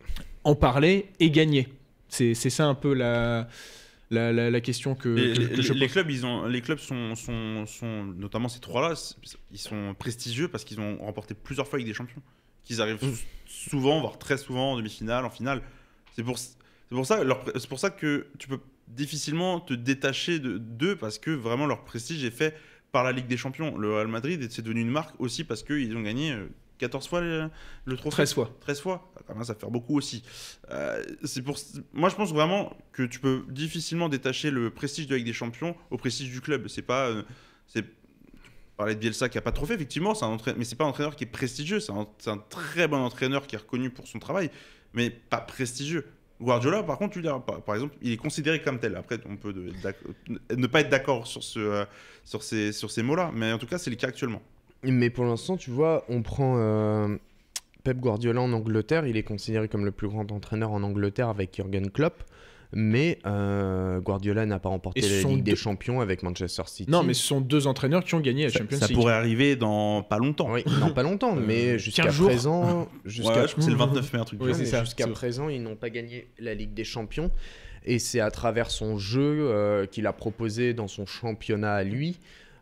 en parlait et gagnait. C'est c'est ça un peu la, la, la, la question que, Les, que- les- que je les pose. clubs, ils ont, les clubs sont, sont, sont, notamment ces trois-là, c'est- ils sont prestigieux parce qu'ils ont remporté plusieurs fois avec des champions. Qu'ils arrivent Mm. sou- souvent, voire très souvent en demi-finale, en finale. C'est pour, c'est pour ça, leur- c'est pour ça que tu peux difficilement te détacher de- d'eux parce que vraiment leur prestige est fait par la Ligue des Champions. Le Real Madrid, c'est devenu une marque aussi parce qu'ils ont gagné euh, quatorze fois le, le trophée. treize fois. treize fois. Quand même, ça fait beaucoup aussi. Euh, c'est pour... Moi, je pense vraiment que tu peux difficilement détacher le prestige de la Ligue des Champions au prestige du club. C'est pas... euh, c'est... parlais de Bielsa qui a pas de trophée, effectivement, c'est un entraîneur, mais c'est pas un entraîneur qui est prestigieux. C'est un, c'est un très bon entraîneur qui est reconnu pour son travail, mais pas prestigieux. Guardiola, par contre, tu diras, par, par exemple, il est considéré comme tel. Après, on peut de, ne pas être d'accord sur, ce, euh, sur ces, sur ces mots-là, mais en tout cas, c'est le cas actuellement. Mais pour l'instant, tu vois, on prend euh, Pep Guardiola en Angleterre. Il est considéré comme le plus grand entraîneur en Angleterre avec Jürgen Klopp. Mais euh, Guardiola n'a pas remporté Et la sont Ligue deux- des Champions avec Manchester City. Non, mais ce sont deux entraîneurs qui ont gagné la Ça, Champions ça League. pourrait arriver dans pas longtemps. Oui, non, pas longtemps, Euh, mais jusqu'à quinze jours. présent, Ouais, jusqu'à je crois que c'est le vingt-neuf mai, un truc Oui, comme c'est ça. ça. jusqu'à c'est- présent, ils n'ont pas gagné la Ligue des Champions. Et c'est à travers son jeu euh, qu'il a proposé dans son championnat à lui,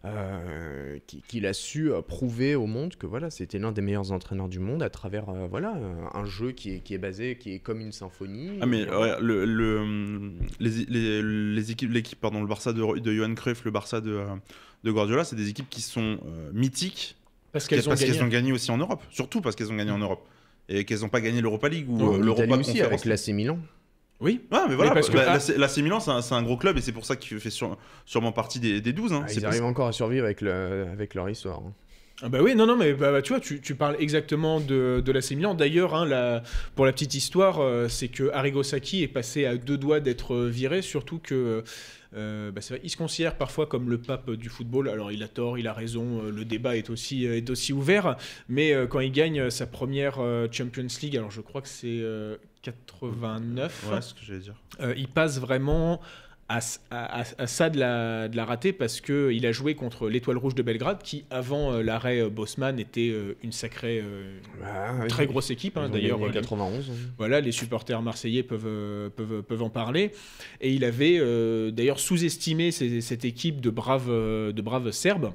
euh, qui- qu'il a su euh, prouver au monde que voilà, c'était l'un des meilleurs entraîneurs du monde à travers euh, voilà, euh, un jeu qui est, qui est basé, qui est comme une symphonie. Ah mais Et voilà. ouais, le, le, les, les, les équipes, l'équipe, pardon, le Barça de, de Johan Cruyff, le Barça de, euh, de Guardiola, c'est des équipes qui sont euh, mythiques Parce qu'elles ont parce gagné. qu'elles ont gagné aussi en Europe, surtout parce qu'elles ont gagné en Europe et qu'elles n'ont pas gagné l'Europa League ou En euh, Italie l'Europa aussi Conférence. avec l'A C Milan. Oui. Ouais, mais voilà, Mais parce que- bah, ah. l'A C Milan, c'est un, c'est un gros club et c'est pour ça qu'il fait sur- sûrement partie des, des douze. Hein. Ah, C'est ils pour arrivent ça- encore à survivre avec, le, avec leur histoire. hein. Ah bah oui, non, non, mais bah, bah, tu vois, tu, tu parles exactement de, de l'A C Milan. D'ailleurs, hein, la- pour la petite histoire, euh, c'est que Arrigo Sacchi est passé à deux doigts d'être viré, surtout que euh, bah, c'est vrai, il se considère parfois comme le pape du football. Alors il a tort, il a raison, euh, le débat est aussi, euh, est aussi ouvert, mais euh, quand il gagne sa première euh, Champions League, alors je crois que c'est euh, quatre-vingt-neuf, Ouais, c'est ce que j'allais dire. euh, il passe vraiment à, à- à- à ça de la, de la rater parce qu'il a joué contre l'Étoile Rouge de Belgrade qui, avant euh, l'arrêt euh, Bosman, était euh, une sacrée, euh, Bah, très oui. grosse équipe. Ils hein. ont D'ailleurs, gagné en euh, quatre-vingt-onze. hein. voilà, les supporters marseillais peuvent, euh, peuvent, peuvent en parler. Et il avait euh, d'ailleurs sous-estimé ces- cette équipe de braves, euh, de braves Serbes.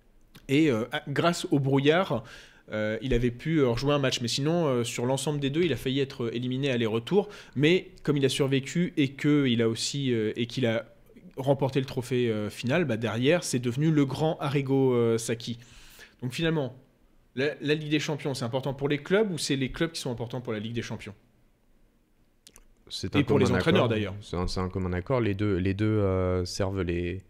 Et euh, à- grâce au brouillard, euh, il avait pu euh, rejouer un match. Mais sinon, euh, sur l'ensemble des deux, il a failli être éliminé aller-retour. Mais comme il a survécu et qu'il a aussi euh, et qu'il a remporté le trophée euh, final, bah, derrière, c'est devenu le grand Arrigo euh, Sacchi. Donc finalement, la, la Ligue des Champions, c'est important pour les clubs ou c'est les clubs qui sont importants pour la Ligue des Champions? C'est Et un pour les commun entraîneurs, accord. d'ailleurs. C'est un, c'est un commun accord. Les deux, les deux euh, servent les.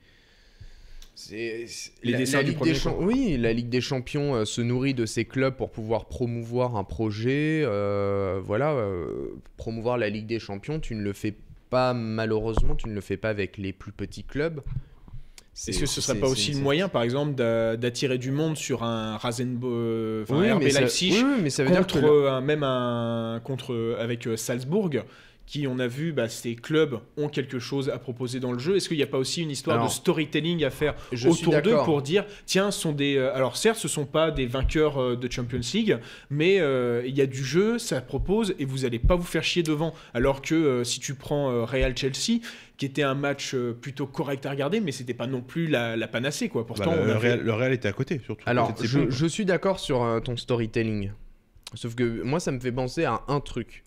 C'est- c'est- Les la- desserts la du Ligue premier des Champ- plan. Oui, la Ligue des Champions euh, se nourrit de ces clubs pour pouvoir promouvoir un projet. euh, voilà, euh, promouvoir la Ligue des Champions, tu ne le fais pas, malheureusement, tu ne le fais pas avec les plus petits clubs. C'est- Est-ce que ce c'est- serait pas c'est- aussi c'est- le moyen, par exemple, d'a- d'attirer du monde sur un Rasenbo, enfin Oui, un R B mais ça- Leipzig, oui, oui, mais ça veut dire contre que le- euh, un- même un contre euh, avec euh, Salzbourg, qui on a vu, bah, ces clubs ont quelque chose à proposer dans le jeu. Est-ce qu'il n'y a pas aussi une histoire Alors, de storytelling à faire je suis autour d'eux d'accord. pour dire, tiens, ce sont des, euh, alors certes, ce sont pas des vainqueurs euh, de Champions League, mais euh, il y a du jeu, ça propose, et vous allez pas vous faire chier devant. Alors que euh, si tu prends euh, Real Chelsea, qui était un match euh, plutôt correct à regarder, mais c'était pas non plus la, la panacée, quoi. Pourtant, Bah, on le, avait- Real, le Real était à côté, surtout. Alors, C'était je, bon. je suis d'accord sur euh, ton storytelling. Sauf que moi, ça me fait penser à un truc.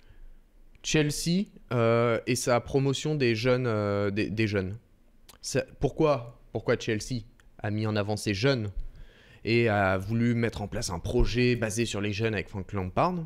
Chelsea euh, et sa promotion des jeunes. euh, des, des jeunes. Ça- pourquoi, pourquoi Chelsea a mis en avant ces jeunes et a voulu mettre en place un projet basé sur les jeunes avec Frank Lampard?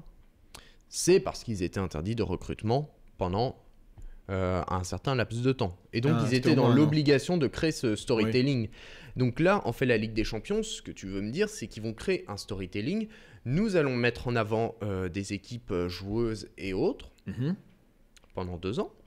C'est parce qu'ils étaient interdits de recrutement pendant euh, un certain laps de temps. Et donc, Ah, ils c'était étaient au dans moins un an. l'obligation de créer ce storytelling. Donc là, en fait, la Ligue des Champions, ce que tu veux me dire, c'est qu'ils vont créer un storytelling. Nous allons mettre en avant euh, des équipes euh, joueuses et autres Mhm. pendant deux ans.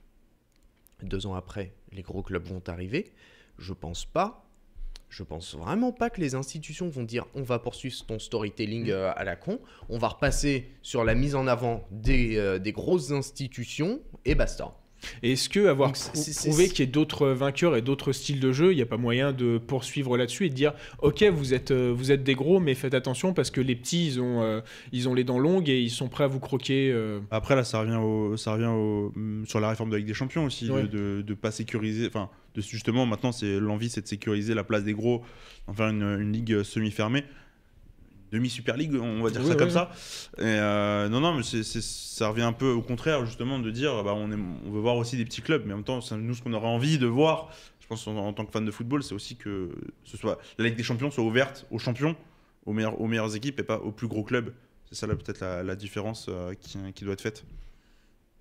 Deux ans après, les gros clubs vont arriver. Je pense pas. Je pense vraiment pas que les institutions vont dire on va poursuivre ton storytelling euh, à la con. On va repasser sur la mise en avant des, euh, des grosses institutions et basta. Et est-ce que avoir Donc, prou- c'est- c'est- prouvé c'est- qu'il y ait d'autres vainqueurs et d'autres styles de jeu, il n'y a pas moyen de poursuivre là-dessus et de dire ok, vous êtes, euh, vous êtes des gros, mais faites attention parce que les petits, ils ont, euh, ils ont les dents longues et ils sont prêts à vous croquer. euh. Après, là, ça revient, au, ça revient au, mm, sur la réforme de la Ligue des Champions aussi, Ouais. de ne pas sécuriser. Enfin, de, justement, maintenant, c'est l'envie, c'est de sécuriser la place des gros, en faire une, une ligue semi-fermée. Demi-Super League, on va dire Oui, ça oui, comme oui. ça. Et euh, non, non, mais c'est, c'est- ça revient un peu au contraire, justement, de dire bah, on, est, on veut voir aussi des petits clubs, mais en même temps, c'est nous, ce qu'on aurait envie de voir, je pense, en, en tant que fan de football, c'est aussi que ce soit, la Ligue des Champions soit ouverte aux champions, aux, meilleurs, aux meilleures équipes et pas aux plus gros clubs. C'est ça, là, peut-être, la, la différence euh, qui, qui doit être faite.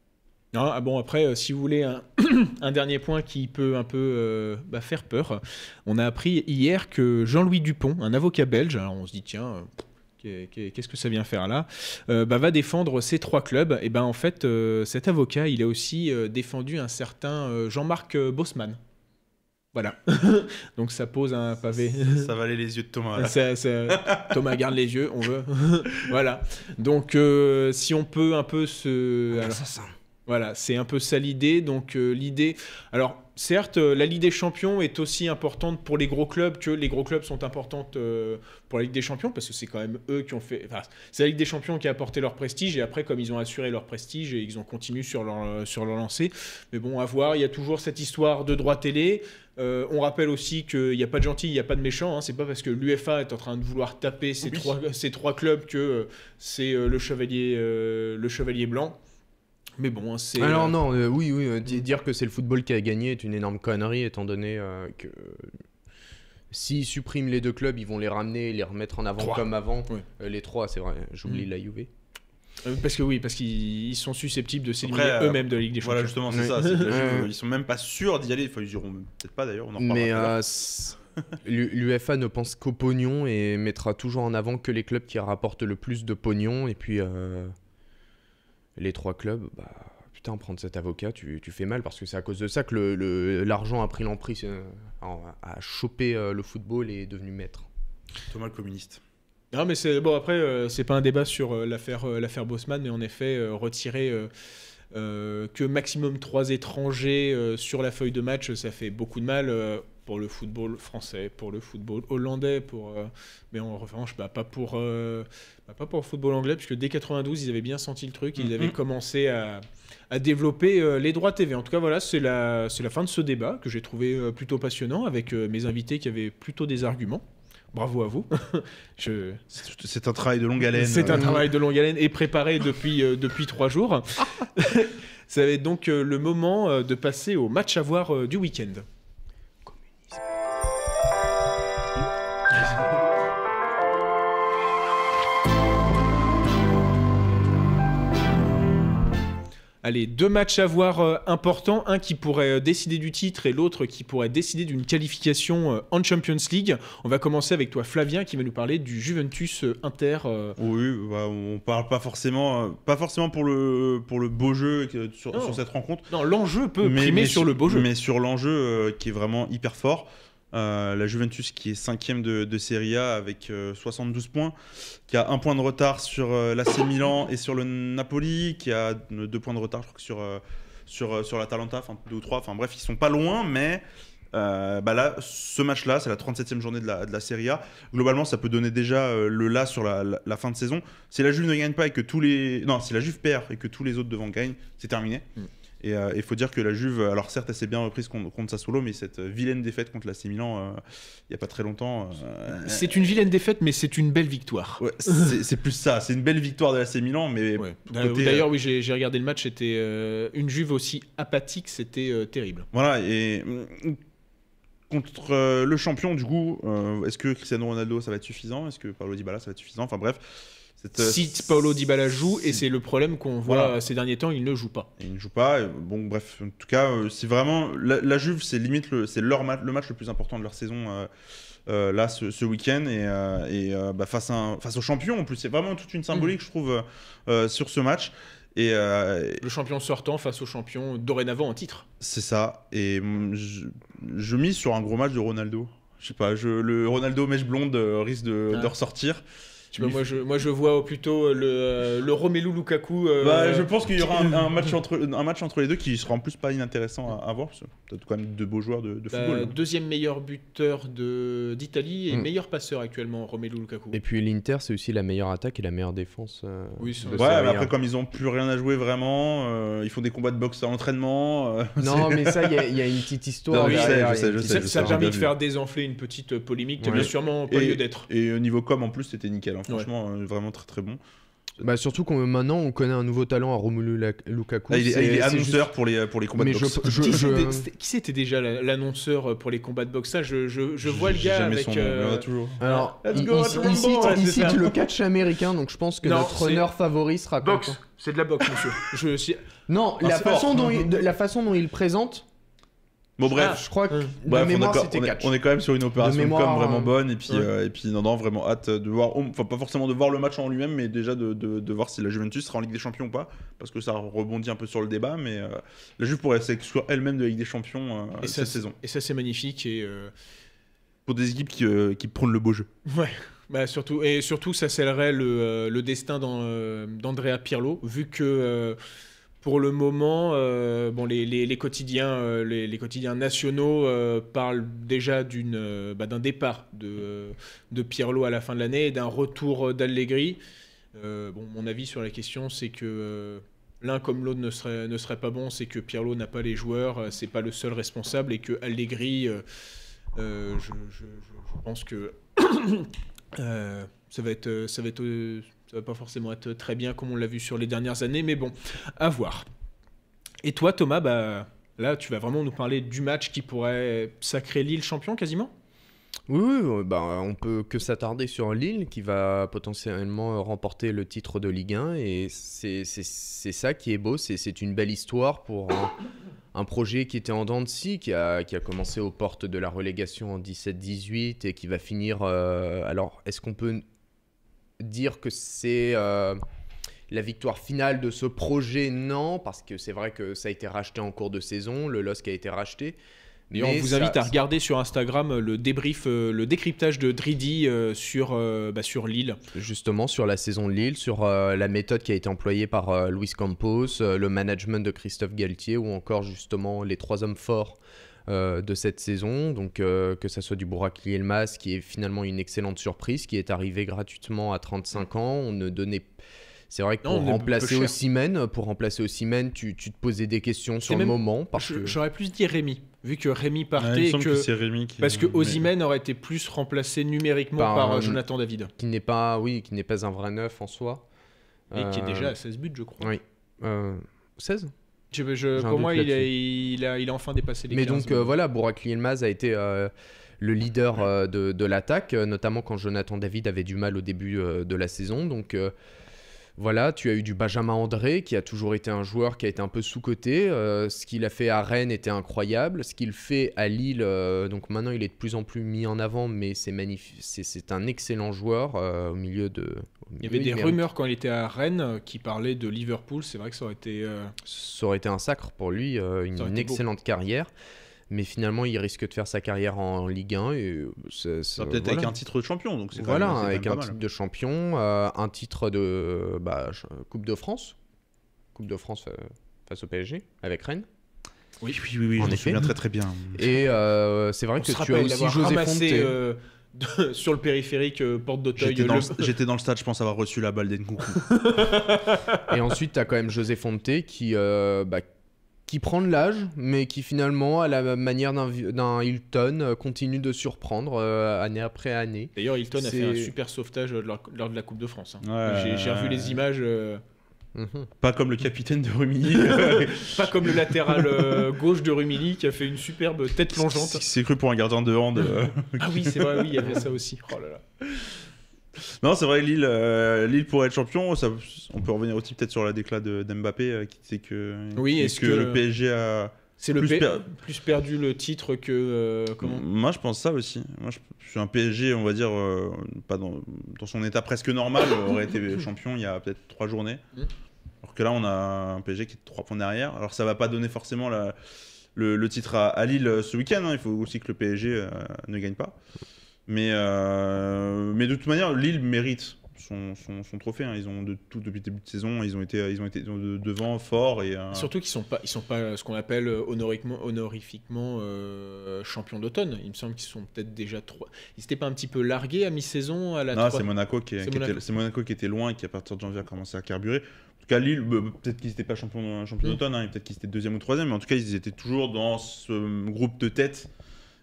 Non, ah bon, après, euh, si vous voulez un, un dernier point qui peut un peu euh, bah, faire peur, on a appris hier que Jean-Louis Dupont, un avocat belge, alors on se dit tiens, euh, qu'est- qu'est- qu'est-ce que ça vient faire là, euh, bah, va défendre ces trois clubs. Et ben en fait, euh, cet avocat, il a aussi euh, défendu un certain euh, Jean-Marc euh, Bosman. Voilà. Donc ça pose un pavé. Ça valait les yeux de Thomas. Là. Ça- ça- Thomas garde les yeux, on veut. Voilà. Donc euh, si on peut un peu se... Alors, Assassin. voilà, c'est un peu ça l'idée. Donc euh, l'idée, alors certes, euh, la Ligue des Champions est aussi importante pour les gros clubs que les gros clubs sont importantes euh, pour la Ligue des Champions parce que c'est quand même eux qui ont fait. Enfin, c'est la Ligue des Champions qui a apporté leur prestige et après, comme ils ont assuré leur prestige et ils ont continué sur leur euh, sur leur lancée. Mais bon, à voir. Il y a toujours cette histoire de droit télé. Euh, on rappelle aussi qu'il n'y a pas de gentil, il n'y a pas de méchant. Hein. C'est pas parce que l'U F A est en train de vouloir taper ces Oui. trois ces trois clubs que euh, c'est euh, le chevalier euh, le chevalier blanc. Mais bon, c'est. Alors euh, non, euh, oui, oui, euh, di- dire que c'est le football qui a gagné est une énorme connerie, étant donné euh, que s'ils suppriment les deux clubs, ils vont les ramener et les remettre en avant Trois. comme avant. Ouais. Euh, les trois, c'est vrai, j'oublie Mm. la Juve. Euh, Parce que oui, parce qu'ils ils sont susceptibles de s'éliminer Après, euh, eux-mêmes de la Ligue des Champions. Voilà, justement, c'est Oui. ça. c'est que la Ouais, Juve, ouais. ils sont même pas sûrs d'y aller. Enfin, ils iront peut-être pas d'ailleurs. On en reparlera. Mais tout à l'heure. euh, c- l'U- l'UEFA ne pense qu'au pognon et mettra toujours en avant que les clubs qui rapportent le plus de pognon. Et puis euh, les trois clubs, bah putain, prendre cet avocat, tu, tu fais mal parce que c'est à cause de ça que le- le- l'argent a pris l'emprise, euh, a, a chopé euh, le football et est devenu maître. Thomas le communiste. Non, mais c'est bon. Après, euh, c'est pas un débat sur euh, l'affaire euh, l'affaire Bosman, mais en effet, euh, retirer euh, euh, que maximum trois étrangers euh, sur la feuille de match, ça fait beaucoup de mal euh, pour le football français, pour le football hollandais, pour euh, mais en revanche, bah, pas pour euh, bah, pas pour le football anglais, puisque dès quatre-vingt-douze, ils avaient bien senti le truc, ils Mhm. avaient commencé à à développer euh, les droits T V. En tout cas, voilà, c'est la c'est la fin de ce débat que j'ai trouvé euh, plutôt passionnant avec euh, mes invités qui avaient plutôt des arguments. Bravo à vous. Je... C'est c'est un travail de longue haleine. C'est un Euh, travail de longue haleine et préparé depuis, euh, depuis trois jours. Ça va être donc euh, le moment euh, de passer au match à voir euh, du week-end. Allez, deux matchs à voir euh, importants, un qui pourrait euh, décider du titre et l'autre qui pourrait décider d'une qualification euh, en Champions League. On va commencer avec toi Flavien qui va nous parler du Juventus euh, Inter. euh, Oui, bah, on parle pas forcément, euh, pas forcément pour le pour le beau jeu euh, sur, Non. sur cette rencontre. Non, l'enjeu peut mais, primer mais sur le beau jeu. Mais sur l'enjeu euh, qui est vraiment hyper fort. Euh, la Juventus qui est cinquième de, de Serie A avec euh, soixante-douze points, qui a un point de retard sur euh, l'A C Milan et sur le Napoli, qui a euh, deux points de retard je crois, que sur, euh, sur, euh, sur l'Atalanta, enfin deux ou trois, enfin bref, ils sont pas loin, mais euh, bah là, ce match-là, c'est la trente-septième journée de la, de la Serie A. Globalement, ça peut donner déjà euh, le là sur la, la, la fin de saison. Si la Juve ne gagne pas et que tous les... Non, si la Juve perd et que tous les autres devant gagnent, c'est terminé. Mm. Et il euh, faut dire que la Juve, alors certes, elle s'est bien reprise contre, contre Sassuolo, mais cette vilaine défaite contre l'A C Milan, euh, il n'y a pas très longtemps. euh, C'est une vilaine défaite, mais c'est une belle victoire. ouais, c'est c'est plus ça. C'est une belle victoire de l'A C Milan, mais Ouais. côté, D'ailleurs, euh, oui, j'ai j'ai regardé le match. C'était euh, une Juve aussi apathique, c'était euh, terrible. voilà. Et mm, contre euh, le champion, du coup, euh, est-ce que Cristiano Ronaldo, ça va être suffisant? Est-ce que Paulo Dybala, ça va être suffisant? Enfin bref. cette, euh, Si Paolo Dybala joue, et si- c'est le problème qu'on voit Voilà. euh, ces derniers temps, il ne joue pas. Et il ne joue pas. et Bon, bref, en tout cas, euh, c'est vraiment la, la Juve, c'est limite le, c'est leur match, le match le plus important de leur saison euh, euh, là ce, ce week-end et, euh, et euh, bah, face à un- face au champion en plus, c'est vraiment toute une symbolique, je trouve, euh, euh, sur ce match. Et euh, Le champion sortant face au champion dorénavant en titre. c'est ça. Et mm, je, je mise sur un gros match de Ronaldo. Je sais pas, je, le Ronaldo mèche blonde euh, risque de, Ah. de ressortir. Tu vois, moi, je, moi, je vois plutôt le, euh, le Romelu Lukaku. euh, Bah, je pense qu'il y aura un, un match entre, un match entre les deux qui sera en plus pas inintéressant à, à voir. Parce que peut-être quand même de beaux joueurs de, de bah, football. deuxième meilleur buteur de- d'Italie et Mm. meilleur passeur actuellement, Romelu Lukaku. Et puis l'Inter, c'est aussi la meilleure attaque et la meilleure défense. euh, Oui, c'est de vrai. Ouais, Serie mais A. après, comme ils ont plus rien à jouer vraiment, euh, ils font des combats de boxe à l'entraînement. euh, Non, mais ça, il y, a- il y a une petite histoire. Non, je sais, derrière, je il y a sais, une je petite sais, Ça, je ça a sais, permis j'ai de bien faire désenfler une petite polémique qui Ouais. avait sûrement pas Et- lieu d'être. Et au niveau com, en plus, c'était nickel. hein. Franchement, euh, vraiment très très bon. Bah, surtout que maintenant on connaît un nouveau talent à Romelu La- Lukaku. Ah, il est, c'est- il est c'est annonceur juste- pour les, pour les combats Mais de je, boxe. je, Qui je- c'était- c'était- qui c'était déjà la- l'annonceur pour les combats de boxe? Ça, je, je, je vois le J'ai gars jamais avec. son nom, euh, mais on a toujours. Alors, Let's il, go, il- let's il rumble, cite, ouais, il c'est cite ça. le catch américain, donc je pense que Non, notre c'est- honneur favori sera Boxe, content. c'est de la boxe, monsieur. Je, si- Non, Un la sport. façon, dont il, de- la façon dont il le présente, Bon, bref. ah, je crois que Hum. de Bref, on, est, mémoire co- c'était on est- catch. on est quand même sur une opération De de mémoire, com vraiment euh, bonne et puis, ouais. euh, et puis non, non, vraiment hâte de voir, enfin pas forcément de voir le match en lui-même, mais déjà de, de, de voir si la Juventus sera en Ligue des Champions ou pas, parce que ça rebondit un peu sur le débat, mais euh, la Juve pourrait s'exclure elle-même de la Ligue des Champions euh, et, ça, cette saison, et ça, c'est magnifique. Et. euh, pour des équipes qui, euh, qui prônent le beau jeu. Ouais, bah surtout, et surtout ça scellerait le, euh, le destin d'An- euh, d'Andrea Pirlo, vu que euh, pour le moment, euh, bon, les, les, les quotidiens, euh, les, les quotidiens nationaux euh, parlent déjà d'une, euh, bah, d'un départ de, euh, de Pirlo à la fin de l'année et d'un retour d'Allegri. Euh, bon, mon avis sur la question, c'est que euh, l'un comme l'autre ne serait, ne serait pas bon, c'est que Pirlo n'a pas les joueurs, euh, c'est pas le seul responsable, et que Allegri, euh, euh, je, je- je- je pense que euh, ça va être, ça va être, euh, ça va pas forcément être très bien comme on l'a vu sur les dernières années, mais bon, à voir. Et toi, Thomas, bah là, tu vas vraiment nous parler du match qui pourrait sacrer Lille champion quasiment. Oui, oui, euh, bah, on peut que s'attarder sur Lille qui va potentiellement euh, remporter le titre de Ligue un et c'est c'est- c'est ça qui est beau, c'est c'est une belle histoire pour un, un projet qui était en dents de scie, qui a, qui a commencé aux portes de la relégation en dix-sept dix-huit et qui va finir... euh, alors, est-ce qu'on peut dire que c'est euh, la victoire finale de ce projet? Non, parce que c'est vrai que ça a été racheté en cours de saison, le L O S C a été racheté. Et on mais vous ça- invite à regarder sur Instagram le débrief, euh, le décryptage de Dridi euh, sur, euh, bah, sur Lille. Justement sur la saison de Lille, sur euh, la méthode qui a été employée par euh, Luis Campos, euh, le management de Christophe Galtier ou encore justement les trois hommes forts euh, de cette saison. Donc euh, que ça soit du Burak Yilmaz qui est finalement une excellente surprise, qui est arrivé gratuitement à trente-cinq ans. On ne donnait... C'est vrai que Non, pour on est remplacer peu cher. Osimhen, pour remplacer Osimhen, tu, tu te posais des questions sur le même- moment parce Je- que J'aurais plus dit Rémi, vu que Rémi Ouais, partait il me et semble que, que c'est Rémi qui. parce que mais- Osimhen aurait été plus remplacé numériquement Par par, un- euh, Jonathan David, qui n'est pas, oui, qui n'est pas un vrai neuf en soi. et qui est Euh, déjà à seize buts, je crois. oui, euh, seize. Je- je- J'ai un pour doute moi, il a, là-dessus. il, a, il a enfin dépassé les Mais quinze. donc euh, voilà, Burak Yilmaz a été euh, le leader euh, de, de l'attaque, euh, notamment quand Jonathan David avait du mal au début euh, de la saison. Donc euh, voilà, tu as eu du Benjamin André qui a toujours été un joueur qui a été un peu sous-coté. Euh, ce qu'il a fait à Rennes était incroyable. Ce qu'il fait à Lille, euh, donc maintenant il est de plus en plus mis en avant, mais c'est magnifique. C'est, c'est un excellent joueur euh, au milieu de. au Il y avait milieu, des mérite- rumeurs quand il était à Rennes euh, qui parlaient de Liverpool. C'est vrai que ça aurait été. euh, Ça aurait été un sacre pour lui, euh, une, Ça aurait une été beau. excellente carrière. Mais finalement, il risque de faire sa carrière en Ligue un. Et euh, c'est- Ça c'est- peut-être voilà. avec un titre de champion, donc c'est quand Voilà, même, c'est quand avec même un pas mal. titre de champion, euh, un titre de euh, bah, ch- Coupe de France. Coupe de France euh, face au P S G, avec Rennes. Oui, oui, oui, oui, En je me effet. souviens très très bien. Et euh, c'est vrai on que se tu as rappelle aussi d'avoir José ramassé Fonte. euh, de- sur le périphérique euh, Porte d'Auteuil. J'étais dans, le- le- j'étais dans le stade, je pense avoir reçu la balle d'Enkoukou. Et ensuite, tu as quand même José Fonte qui, euh, bah, qui prend de l'âge, mais qui finalement, à la manière d'un, vi- d'un Hilton, euh, continue de surprendre euh, année après année. D'ailleurs, Hilton a fait un C'est- super sauvetage euh, lors, lors de la Coupe de France. hein. Ouais, j'ai, j'ai revu ouais. les images. euh, Mhm. Pas comme le capitaine de Rumilly. Pas comme le latéral euh, gauche de Rumilly qui a fait une superbe tête plongeante. C'est cru pour un gardien de hand. euh. Ah oui, c'est vrai, oui, il y avait ça aussi. Oh là là. Non, c'est vrai, Lille, euh, Lille pourrait être champion. Ça, on peut revenir aussi peut-être sur la déclat de, d'Mbappé euh, qui disait que, Oui, qui- est-ce que, que- le P S G a. C'est le Plus P- per- plus perdu le titre que. euh, comment Moi, je pense ça aussi. Moi, je, je suis un P S G, on va dire, euh, pas dans, dans son état presque normal, aurait été champion il y a peut-être trois journées. Mm. Alors que là, on a un P S G qui est trois points derrière. Alors, ça va pas donner forcément la, le, le titre à, à Lille ce week-end. hein. Il faut aussi que le P S G euh, ne gagne pas. Mais, euh, mais de toute manière, Lille mérite son, son, son trophée. hein. Ils ont de tout depuis le début de saison, ils ont été, ils ont été de- devant, forts et. euh, Surtout qu'ils sont pas, ils sont pas ce qu'on appelle euh, honoriquement, honorifiquement euh, champions d'automne. Il me semble qu'ils sont peut-être déjà trois. Ils s'étaient pas un petit peu largués à mi-saison à la. Non, trois- c'est Monaco qui, est- C'est qui Monaco. était, c'est Monaco qui était loin et qui à partir de janvier a commencé à carburer. En tout cas, Lille, bah, peut-être qu'ils n'étaient pas champions champion Mm. d'automne, hein, et peut-être qu'ils étaient deuxième ou troisième, mais en tout cas, ils étaient toujours dans ce groupe de tête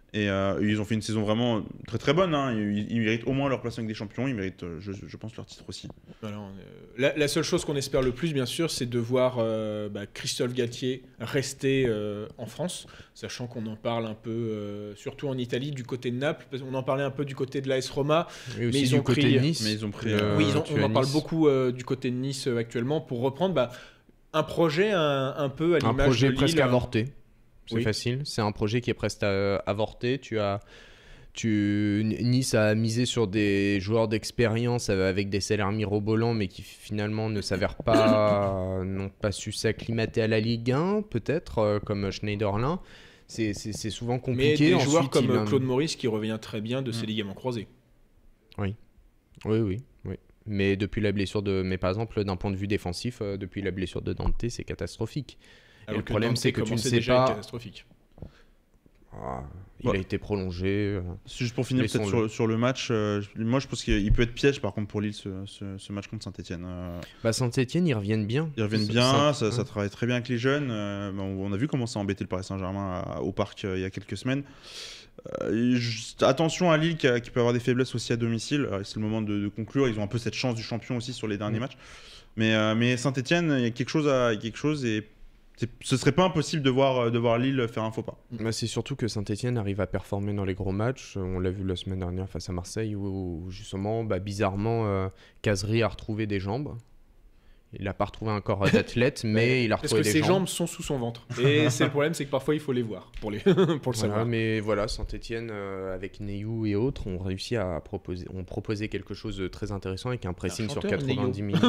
Et euh, ils ont fait une saison vraiment très très bonne. Hein. Ils, ils méritent au moins leur place avec des champions. Ils méritent, euh, je, je pense, leur titre aussi. Alors, euh, la, la seule chose qu'on espère le plus, bien sûr, c'est de voir euh, bah, Christophe Galtier rester euh, en France, sachant qu'on en parle un peu, euh, surtout en Italie, du côté de Naples. Parce qu'on en parlait un peu du côté de l'A S Roma. Et aussi mais ils du ont côté pris, de Nice. Mais ils ont pris. Le- euh, oui, ils ont- tu on as en parle Nice. beaucoup euh, du côté de Nice euh, actuellement pour reprendre bah, un projet un, un peu à Un l'image projet de Lille. presque avorté. C'est Oui. facile. C'est un projet qui est presque à- avorté. Tu as, tu, Nice a misé sur des joueurs d'expérience euh, avec des salaires mirobolants, mais qui finalement ne s'avèrent pas, n'ont pas su s'acclimater à la Ligue un, peut-être, euh, comme Schneiderlin. C'est, c'est, c'est souvent Mais compliqué. des joueurs Ensuite, comme il a- Claude Maurice qui revient très bien de ses Mm. ligaments croisés. Oui, oui, oui. Mais depuis la blessure de, mais par exemple, d'un point de vue défensif, euh, depuis la blessure de Dante, c'est catastrophique. Alors le problème, Dante c'est que tu ne commençait sais déjà à être pas- catastrophique. Ah, il Ouais. a été prolongé. euh. Juste pour finir peut-être Laissons-le. sur, sur le match, euh, je- moi je pense qu'il peut être piège par contre pour Lille ce, ce, ce match contre Saint-Etienne. Bah, Saint-Etienne, ils reviennent bien. Ils reviennent Ça- bien, ça- ça, ça travaille très bien avec les jeunes. euh, bon, on a vu comment ça a embêté le Paris Saint-Germain à- au parc euh, il y a quelques semaines. Euh, juste attention à Lille qui, a- qui peut avoir des faiblesses aussi à domicile. Euh, C'est le moment de, de conclure. Ils ont un peu cette chance du champion aussi sur les derniers Mm. matchs. Mais, euh, mais Saint-Etienne, il y a quelque chose, à, il y a quelque chose et c'est- ce serait pas impossible de voir, de voir Lille faire un faux pas. Bah, c'est surtout que Saint-Etienne arrive à performer dans les gros matchs. Euh, On l'a vu la semaine dernière face à Marseille où, où justement, bah, bizarrement, euh, Cazerie a retrouvé des jambes. Il n'a pas retrouvé un corps d'athlète, mais il a Parce retrouvé que des ses jambes. jambes sont sous son ventre. Et c'est le problème, c'est que parfois il faut les voir pour, les... pour le Voilà, savoir. mais voilà, Saint-Etienne, avec Neyou et autres, ont réussi à proposer, ont proposé quelque chose de très intéressant avec un pressing sur chanteur, quatre-vingt-dix minutes.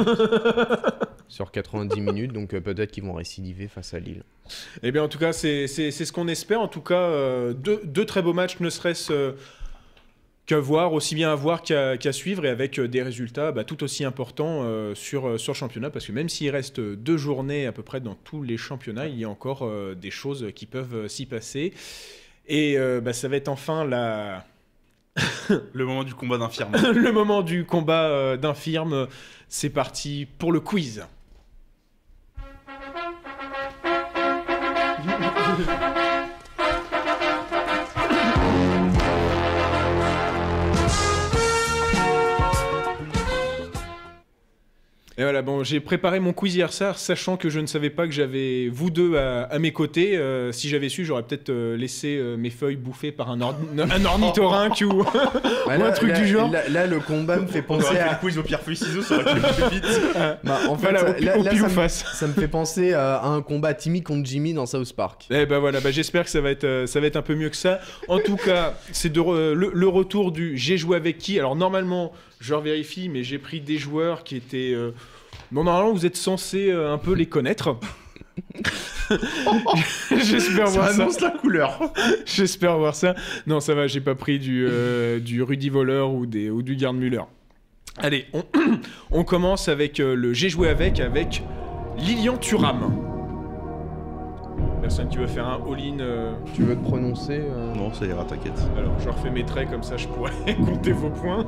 sur quatre-vingt-dix minutes, donc euh, peut-être qu'ils vont récidiver face à Lille. Eh bien, en tout cas, c'est c'est- c'est ce qu'on espère. En tout cas, euh, deux, deux très beaux matchs, ne serait-ce euh, qu'à voir, aussi bien à voir qu'à qu'à suivre, et avec euh, des résultats bah, tout aussi importants euh, sur, euh, sur le championnat. Parce que même s'il reste deux journées à peu près dans tous les championnats, il y a encore euh, des choses qui peuvent euh, s'y passer. Et euh, bah, ça va être enfin la... Le moment du combat d'infirme. le moment du combat euh, d'infirme. C'est parti pour le quiz. Et voilà, bon, j'ai préparé mon quiz hier soir, sachant que je ne savais pas que j'avais vous deux à, à mes côtés. Euh, si j'avais su, j'aurais peut-être euh, laissé euh, mes feuilles bouffées par un, orn- un ornithorynque ou, ou un truc du genre. Là, là, le combat me fait On aurait penser fait à. le quiz au pierre feuille ciseaux, ça aurait été plus vite. Bah, en fait, Voilà, ça- au, pi- là, au là, pile ça, ou me, face. ça me fait penser à, à un combat Timmy contre Jimmy dans South Park. Eh ben voilà, bah j'espère que ça va être euh, ça va être un peu mieux que ça. En tout cas, c'est de re- le, le retour du j'ai joué avec qui. Alors normalement, je vérifie, mais j'ai pris des joueurs qui étaient euh, bon, normalement vous êtes censés euh, un peu les connaître. J'espère Ça voir ça. annonce la couleur. J'espère voir ça. Non, ça va, j'ai pas pris du euh, du Rudy Voleur ou des ou du Gerd Müller. Allez, on, on commence avec euh, le j'ai joué avec avec Lilian Thuram. Personne qui veut faire un all-in. euh, Tu veux te prononcer euh Non, ça ira, t'inquiète. Alors, je refais mes traits comme ça, je pourrais compter vos points.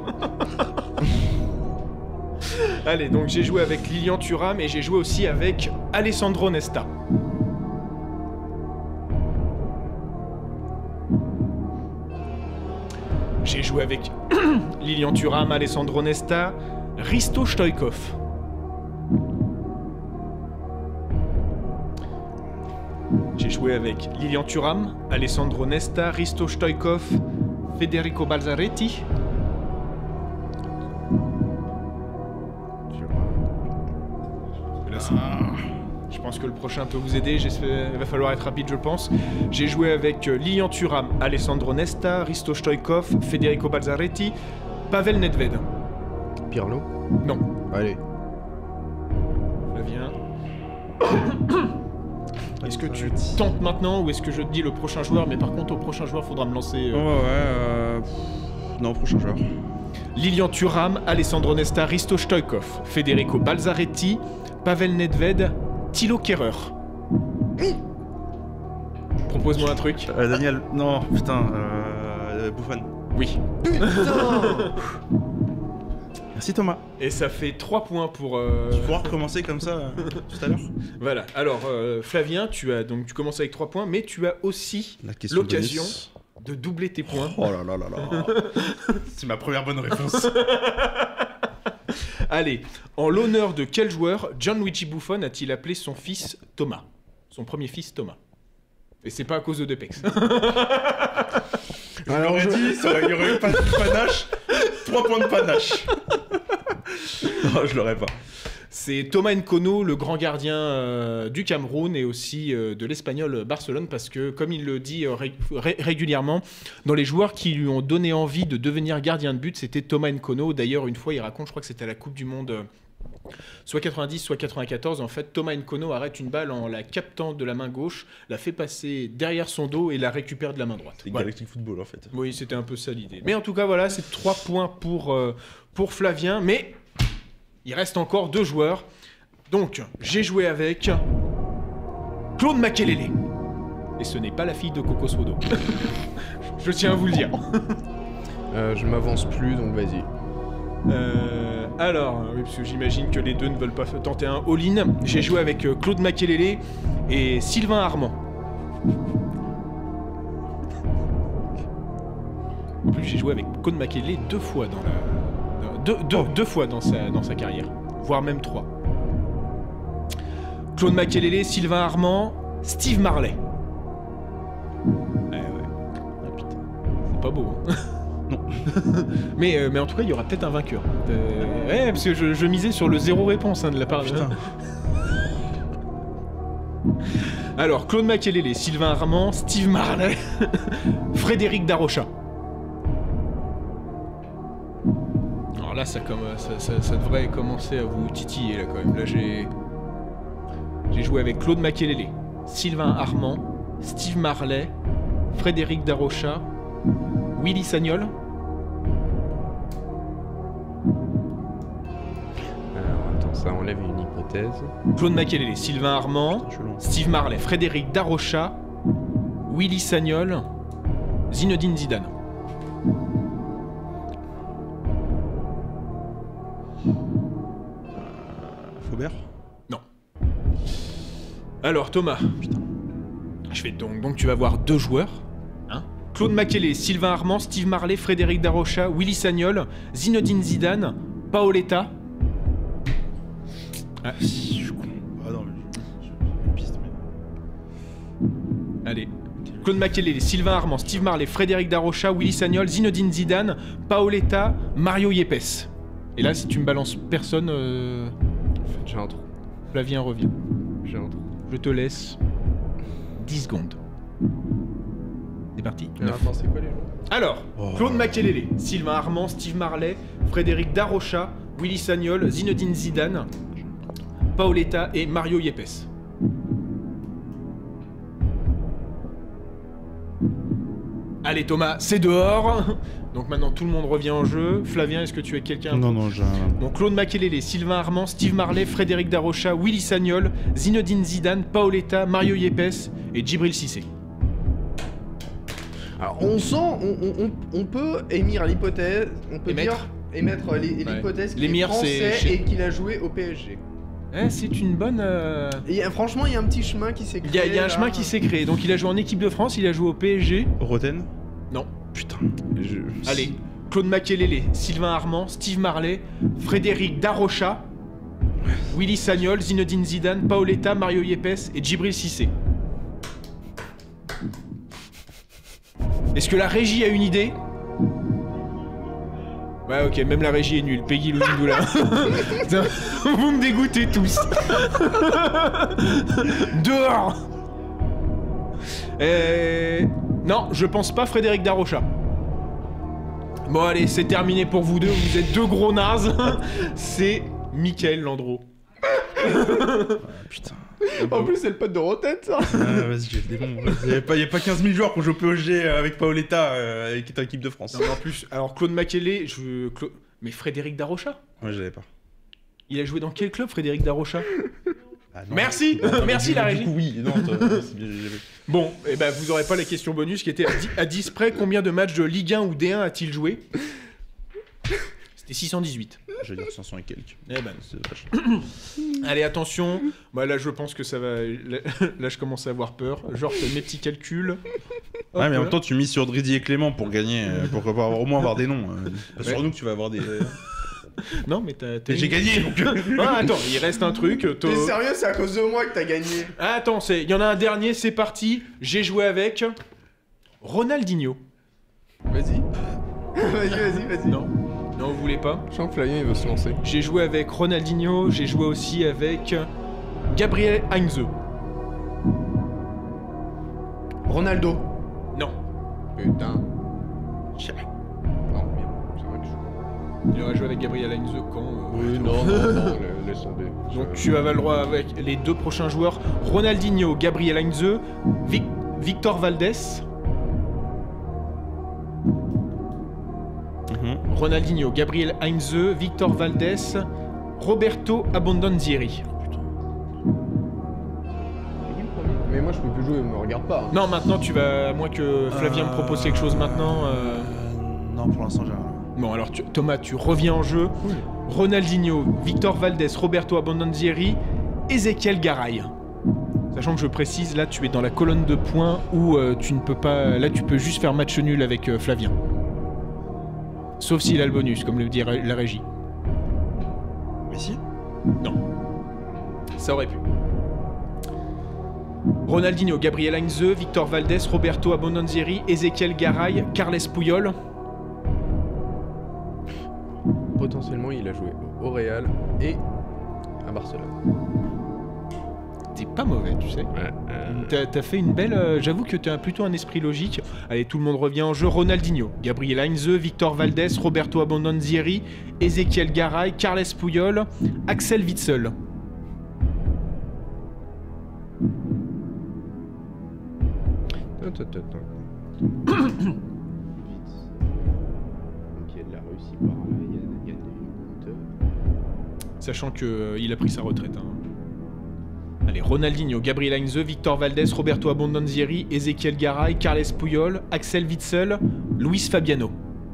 Allez, donc j'ai joué avec Lilian Thuram et j'ai joué aussi avec Alessandro Nesta. J'ai joué avec Lilian Thuram, Alessandro Nesta, Risto Stoichkov. J'ai joué avec Lilian Thuram, Alessandro Nesta, Risto Stoichkov, Federico Balzaretti. Là, c'est- Je pense que le prochain peut vous aider. J'espère- Il va falloir être rapide, je pense. J'ai joué avec euh, Lilian Thuram, Alessandro Nesta, Risto Stoichkov, Federico Balzaretti, Pavel Nedved. Pirlo. Non. Allez. Flavien. Est-ce que tu tentes maintenant ou est-ce que je te dis le prochain joueur? Mais par contre, au prochain joueur, faudra me lancer. Ouais, euh, ouais. euh, pff, Non, prochain joueur. Lilian Thuram, Alessandro Nesta, Risto Stoichkov, Federico Balzaretti, Pavel Nedved, Thilo Kehrer. Propose-moi un truc. Euh, Daniel, non, putain, euh, Buffon. Oui. Merci Thomas. Et ça fait trois points pour. euh, Tu pourras recommencer comme ça euh, tout à l'heure. Voilà. Alors, euh, Flavien, tu as donc tu commences avec trois points, mais tu as aussi La question l'occasion bonus. de doubler tes points. Oh là là là là. C'est ma première bonne réponse. Allez, en l'honneur de quel joueur Gianluigi Buffon a-t-il appelé son fils Thomas? Son premier fils Thomas. Et c'est pas à cause de Depex. Je l'aurais dit, ça aurait- il y aurait eu pas de panache. trois points de panache. Non, je l'aurais pas. C'est Thomas Nkono, le grand gardien euh, du Cameroun et aussi euh, de l'Espagnol Barcelone, parce que, comme il le dit euh, ré- ré- régulièrement, dans les joueurs qui lui ont donné envie de devenir gardien de but, c'était Thomas Nkono. D'ailleurs, une fois, il raconte, je crois que c'était à la Coupe du Monde, euh, soit quatre-vingt-dix, soit quatre-vingt-quatorze, en fait, Thomas Nkono arrête une balle en la captant de la main gauche, la fait passer derrière son dos et la récupère de la main droite. C'est Voilà. Galactic Football en fait. Oui, c'était un peu ça l'idée. Mais en tout cas, voilà, c'est trois points pour, euh, pour Flavien. Mais il reste encore deux joueurs. Donc, j'ai joué avec Claude Makelele. Et ce n'est pas la fille de Coco Swodo. Je tiens à vous le dire. Euh, je m'avance plus, donc vas-y. Euh, alors, oui, parce que j'imagine que les deux ne veulent pas f- tenter un all-in. J'ai joué avec euh, Claude Makelele et Sylvain Armand. En plus, j'ai joué avec Claude Makelele deux fois dans la... dans- Deux, deux, deux fois dans sa, dans sa carrière. Voire même trois. Claude Makelele, Sylvain Armand, Steve Marley. Eh ouais. Ah putain. C'est pas beau. Hein. mais, euh, mais en tout cas, il y aura peut-être un vainqueur. Euh, ouais, parce que je, je misais sur le zéro réponse hein, de la part de... Putain. Alors, Claude Makelele, Sylvain Armand, Steve Marley, Frédéric Darocha. Alors là, ça, comme, ça, ça, ça devrait commencer à vous titiller, là, quand même. Là, j'ai... J'ai joué avec Claude Makelele, Sylvain Armand, Steve Marley, Frédéric Darocha, Willy Sagnol. Alors, attends, ça enlève une hypothèse. Claude Makelele, Sylvain Armand, Putain, je suis long. Steve Marley, Frédéric Darocha, Willy Sagnol, Zinedine Zidane. Faubert. Alors Thomas, je vais donc donc tu vas voir deux joueurs, hein Claude Makelele, Sylvain Armand, Steve Marley, Frédéric Darocha, Willy Sagnol, Zinedine Zidane, Paoletta. Ah, Je suis con. Ah non, mais je- je- une piste, mais. allez. Claude Makelele, Sylvain Armand, Steve Marley, Frédéric Darocha, Willy Sagnol, Zinedine Zidane, Paoletta, Mario Yepes. Et là, si tu me balances personne, euh, En fait, j'ai un trou. Flavien revient. J'ai un trou. Je te laisse dix secondes. C'est parti. Alors, attends, c'est quoi les joueurs? Alors, Oh. Claude Makelele, Sylvain Armand, Steve Marley, Frédéric Darocha, Willy Sagnol, Zinedine Zidane, Paoletta et Mario Yepes. Allez Thomas, c'est dehors. Donc maintenant tout le monde revient en jeu. Flavien, est-ce que tu as quelqu'un? Non, non, j'ai un. Donc Claude Makelele, Sylvain Armand, Steve Marley, Frédéric Darocha, Willy Sagnol, Zinedine Zidane, Paoletta, Mario Yepes et Djibril Cissé. Alors, on sent, on, on- on- on peut émettre l'hypothèse, on peut Émettre. dire, émettre l'hy- Ouais. l'hypothèse qu'il est L'émir, c'est français chez- et qu'il a joué au P S G. Eh, c'est une bonne... euh, Et il y a- franchement, il y a un petit chemin qui s'est créé. Il y a, il y a un là. chemin qui s'est créé. Donc il a joué en équipe de France, il a joué au P S G. Roten. Non. Putain. Je... Allez, Claude Makelele, Sylvain Armand, Steve Marley, Frédéric Darocha, Willy Sagnol, Zinedine Zidane, Paoletta, Mario Yepes et Djibril Cissé. Est-ce que la régie a une idée? Ouais, ok, même la régie est nulle. Peggy Lundula. Putain, vous me dégoûtez tous. Dehors. Euh... Non, je pense pas Frédéric Darocha. Bon allez, c'est terminé pour vous deux, vous êtes deux gros nazes. C'est Mickaël Landreau. Ah, putain. En plus, c'est le pote de Roten, ça. Ah, vas-y, j'ai des bons. Il n'y a, pas- y a pas quinze mille joueurs qui ont joué au P S G avec Paoletta, euh, qui est en équipe de France. Non, mais en plus, alors Claude Makelele, je... Cla- mais Frédéric Darocha? Ouais, je l'avais pas. Il a joué dans quel club, Frédéric Darocha? Ah, non. Merci. Non, mais Merci, du- la du régie. coup, oui, non, toi, c'est bien, j'ai- Bon, et ben vous aurez pas la question bonus qui était à dix, à dix près. Combien de matchs de Ligue un ou D un a-t-il joué? C'était six cent dix-huit. je vais dire cinq cents et quelques. Eh ben, C'est vache. allez, attention. Bah là, je pense que ça va. Là, là, je commence à avoir peur. Genre, fais mes petits calculs. Ouais, mais en même temps, tu mises sur Drizzy et Clément pour gagner, euh, pour avoir, au moins avoir des noms. Euh. Pas sur Ouais. nous que tu vas avoir des. euh. Non, mais t'as. t'as Mais j'ai une- gagné donc. Ah, attends, il reste un truc. t'as- T'es sérieux, c'est à cause de moi que t'as gagné. Ah, attends, c'est- il y en a un dernier, c'est parti. J'ai joué avec Ronaldinho. Vas-y. vas-y, vas-y, vas-y. Non, non, vous voulez pas. Je sens que Flavien il veut se lancer. J'ai joué avec Ronaldinho, j'ai joué aussi avec Gabriel Heinze. Ronaldo. Non, Putain. Non, merde. C'est vrai que je... il aurait joué avec Gabriel Heinze quand euh, Oui, non, non, non, la- laisse tomber. Donc Je- tu avais le droit avec les deux prochains joueurs, Ronaldinho, Gabriel Heinze, Vic- Victor Valdés. Mhm. Ronaldinho, Gabriel Heinze, Victor Valdés, Roberto Abondanzieri. Mais moi je peux plus jouer, me regarde pas. Non, maintenant tu vas, à moins que Flavien me propose quelque chose maintenant. euh, Euh, Non, pour l'instant, j'ai rien. Bon, alors tu- Thomas, tu reviens en jeu. Ronaldinho, Victor Valdés, Roberto Abondanzieri, Ezequiel Garay. Sachant que je précise, là tu es dans la colonne de points où euh, tu ne peux pas. Là tu peux juste faire match nul avec euh, Flavien. Sauf s'il a le bonus, comme le dit ré- la régie. Mais si. Non. Ça aurait pu. Ronaldinho, Gabriel Heinze, Victor Valdés, Roberto Abondanzieri, Ezequiel Garay, Carles Puyol. Potentiellement il a joué au Real et à Barcelone. T'es pas mauvais, tu sais. T'as t'as fait une belle. euh, J'avoue que t'as plutôt un esprit logique. Allez, tout le monde revient en jeu. Ronaldinho, Gabriel Heinze, Victor Valdés, Roberto Abondanzieri, Ezequiel Garay, Carles Puyol, Axel Witsel. Attends, attends, attends. Vite. Donc il y a de la Russie par là, il y a, il y a des compteurs. Sachant qu'il a pris sa retraite. hein. Allez, Ronaldinho, Gabriel Heinze, Victor Valdés, Roberto Abondanzieri, Ezequiel Garay, Carles Puyol, Axel Witsel, Luis Fabiano.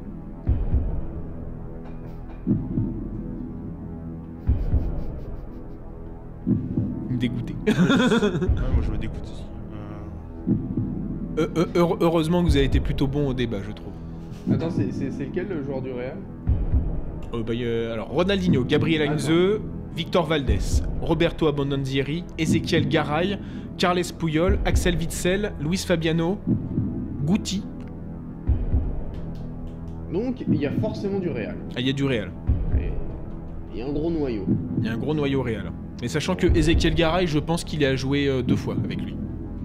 Dégoûté. Ouais, moi, je me dégoûte aussi. Euh, Euh, euh, heure- heureusement que vous avez été plutôt bon au débat, je trouve. Attends, c'est, c'est, c'est lequel le joueur du Real? Euh, bah, euh, alors, Ronaldinho, Gabriel Heinze, Victor Valdés, Roberto Abondanzieri, Ezequiel Garay, Carles Puyol, Axel Witsel, Luis Fabiano, Guti. Donc il y a forcément du Real. Ah, il y a du Real. Et il y a un gros noyau. Il y a un gros noyau Real. Mais sachant que Ezequiel Garay, je pense qu'il a joué euh, deux fois avec lui.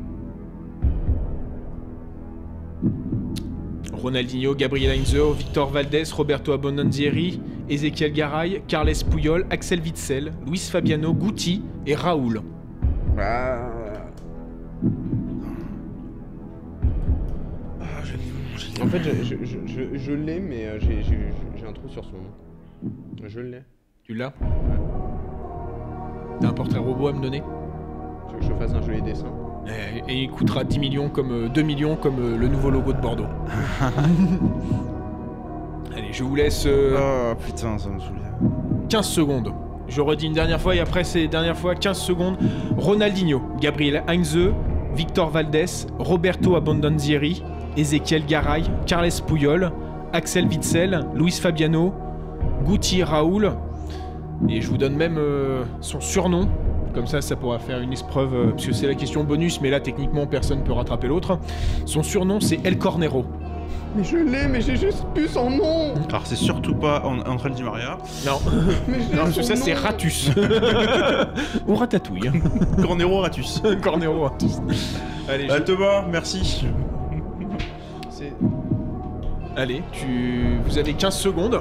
Ronaldinho, Gabriel Heinze, Victor Valdés, Roberto Abondanzieri, Ezequiel Garay, Carles Puyol, Axel Witsel, Luis Fabiano, Guti et Raoul. Ah. Ah, j'ai le- j'ai le- En fait, je, je, je, je, je l'ai, mais euh, j'ai, j'ai, j'ai un trou sur son nom. Je l'ai. Tu l'as? T'as un portrait robot à me donner? Tu veux que je fasse un joli dessin? Et, et il coûtera dix millions comme euh, deux millions comme euh, le nouveau logo de Bordeaux. Allez, je vous laisse euh, Oh putain, ça me saoule. quinze secondes. Je redis une dernière fois et après c'est dernière fois quinze secondes. Ronaldinho, Gabriel Heinze, Victor Valdés, Roberto Abondanzieri, Ezequiel Garay, Carles Puyol, Axel Witsel, Luis Fabiano, Guti Raoul. Et je vous donne même euh, son surnom. Comme ça, ça pourra faire une épreuve, euh, parce que c'est la question bonus, mais là, techniquement, personne ne peut rattraper l'autre. Son surnom, c'est El Cornero. Mais je l'ai, mais j'ai juste plus son nom. Alors, c'est surtout pas An- André Di Maria. Non, Mais j'ai non son ça, c'est nom. Ratus. Ou Ratatouille. Cornero Ratus. Cornero Ratus. Allez, je- Euh, Thomas, merci. C'est... Allez, tu... vous avez quinze secondes.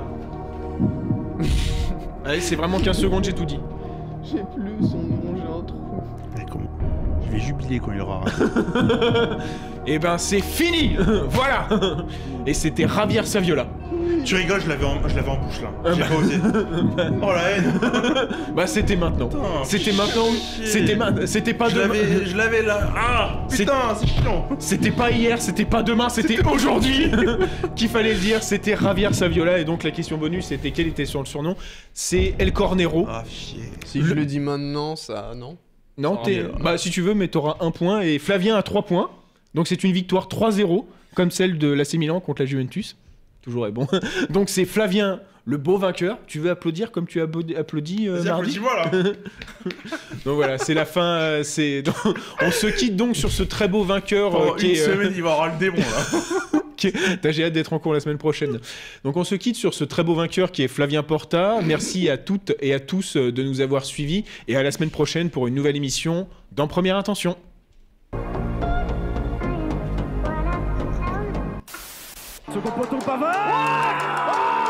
Allez, c'est vraiment quinze secondes, j'ai tout dit. J'ai plus son nom, j'ai un trou. Eh, comment- Je vais jubiler quand il aura. Et ben, c'est fini. Voilà. Et c'était Javier Saviola. Tu rigoles, je l'avais en, je l'avais en bouche là. Ah J'ai bah. pas osé. Oh la haine. Bah, c'était maintenant. Putain, C'était maintenant. chier. C'était ma... C'était pas Je demain. l'avais, je l'avais là. Ah C'est- putain, c'est chiant. C'était pas hier, c'était pas demain, c'était aujourd'hui qu'il fallait le dire. C'était Javier Saviola. Et donc, la question bonus, c'était quel était son surnom? C'est El Cornero. Ah chier. Si je le dis maintenant, ça... Non. Non, Ah, t'es... mais- Bah, si tu veux, mais t'auras un point. Et Flavien a trois points. Donc c'est une victoire trois zéro, comme celle de l'A C Milan contre la Juventus. Toujours est bon. Donc c'est Flavien, le beau vainqueur. Tu veux applaudir comme tu as applaudi euh, Vas-y, mardi. applaudis-moi là. Donc voilà, c'est la fin. euh, c'est... donc, on se quitte donc sur ce très beau vainqueur. Pendant euh, qui une est, euh, semaine, il va avoir le démon là. qui est- T'as j'ai hâte d'être en cours la semaine prochaine. Donc on se quitte sur ce très beau vainqueur qui est Flavien Porta. Merci à toutes et à tous euh, de nous avoir suivis. Et à la semaine prochaine pour une nouvelle émission dans Première Intention. Second poteau Pavard.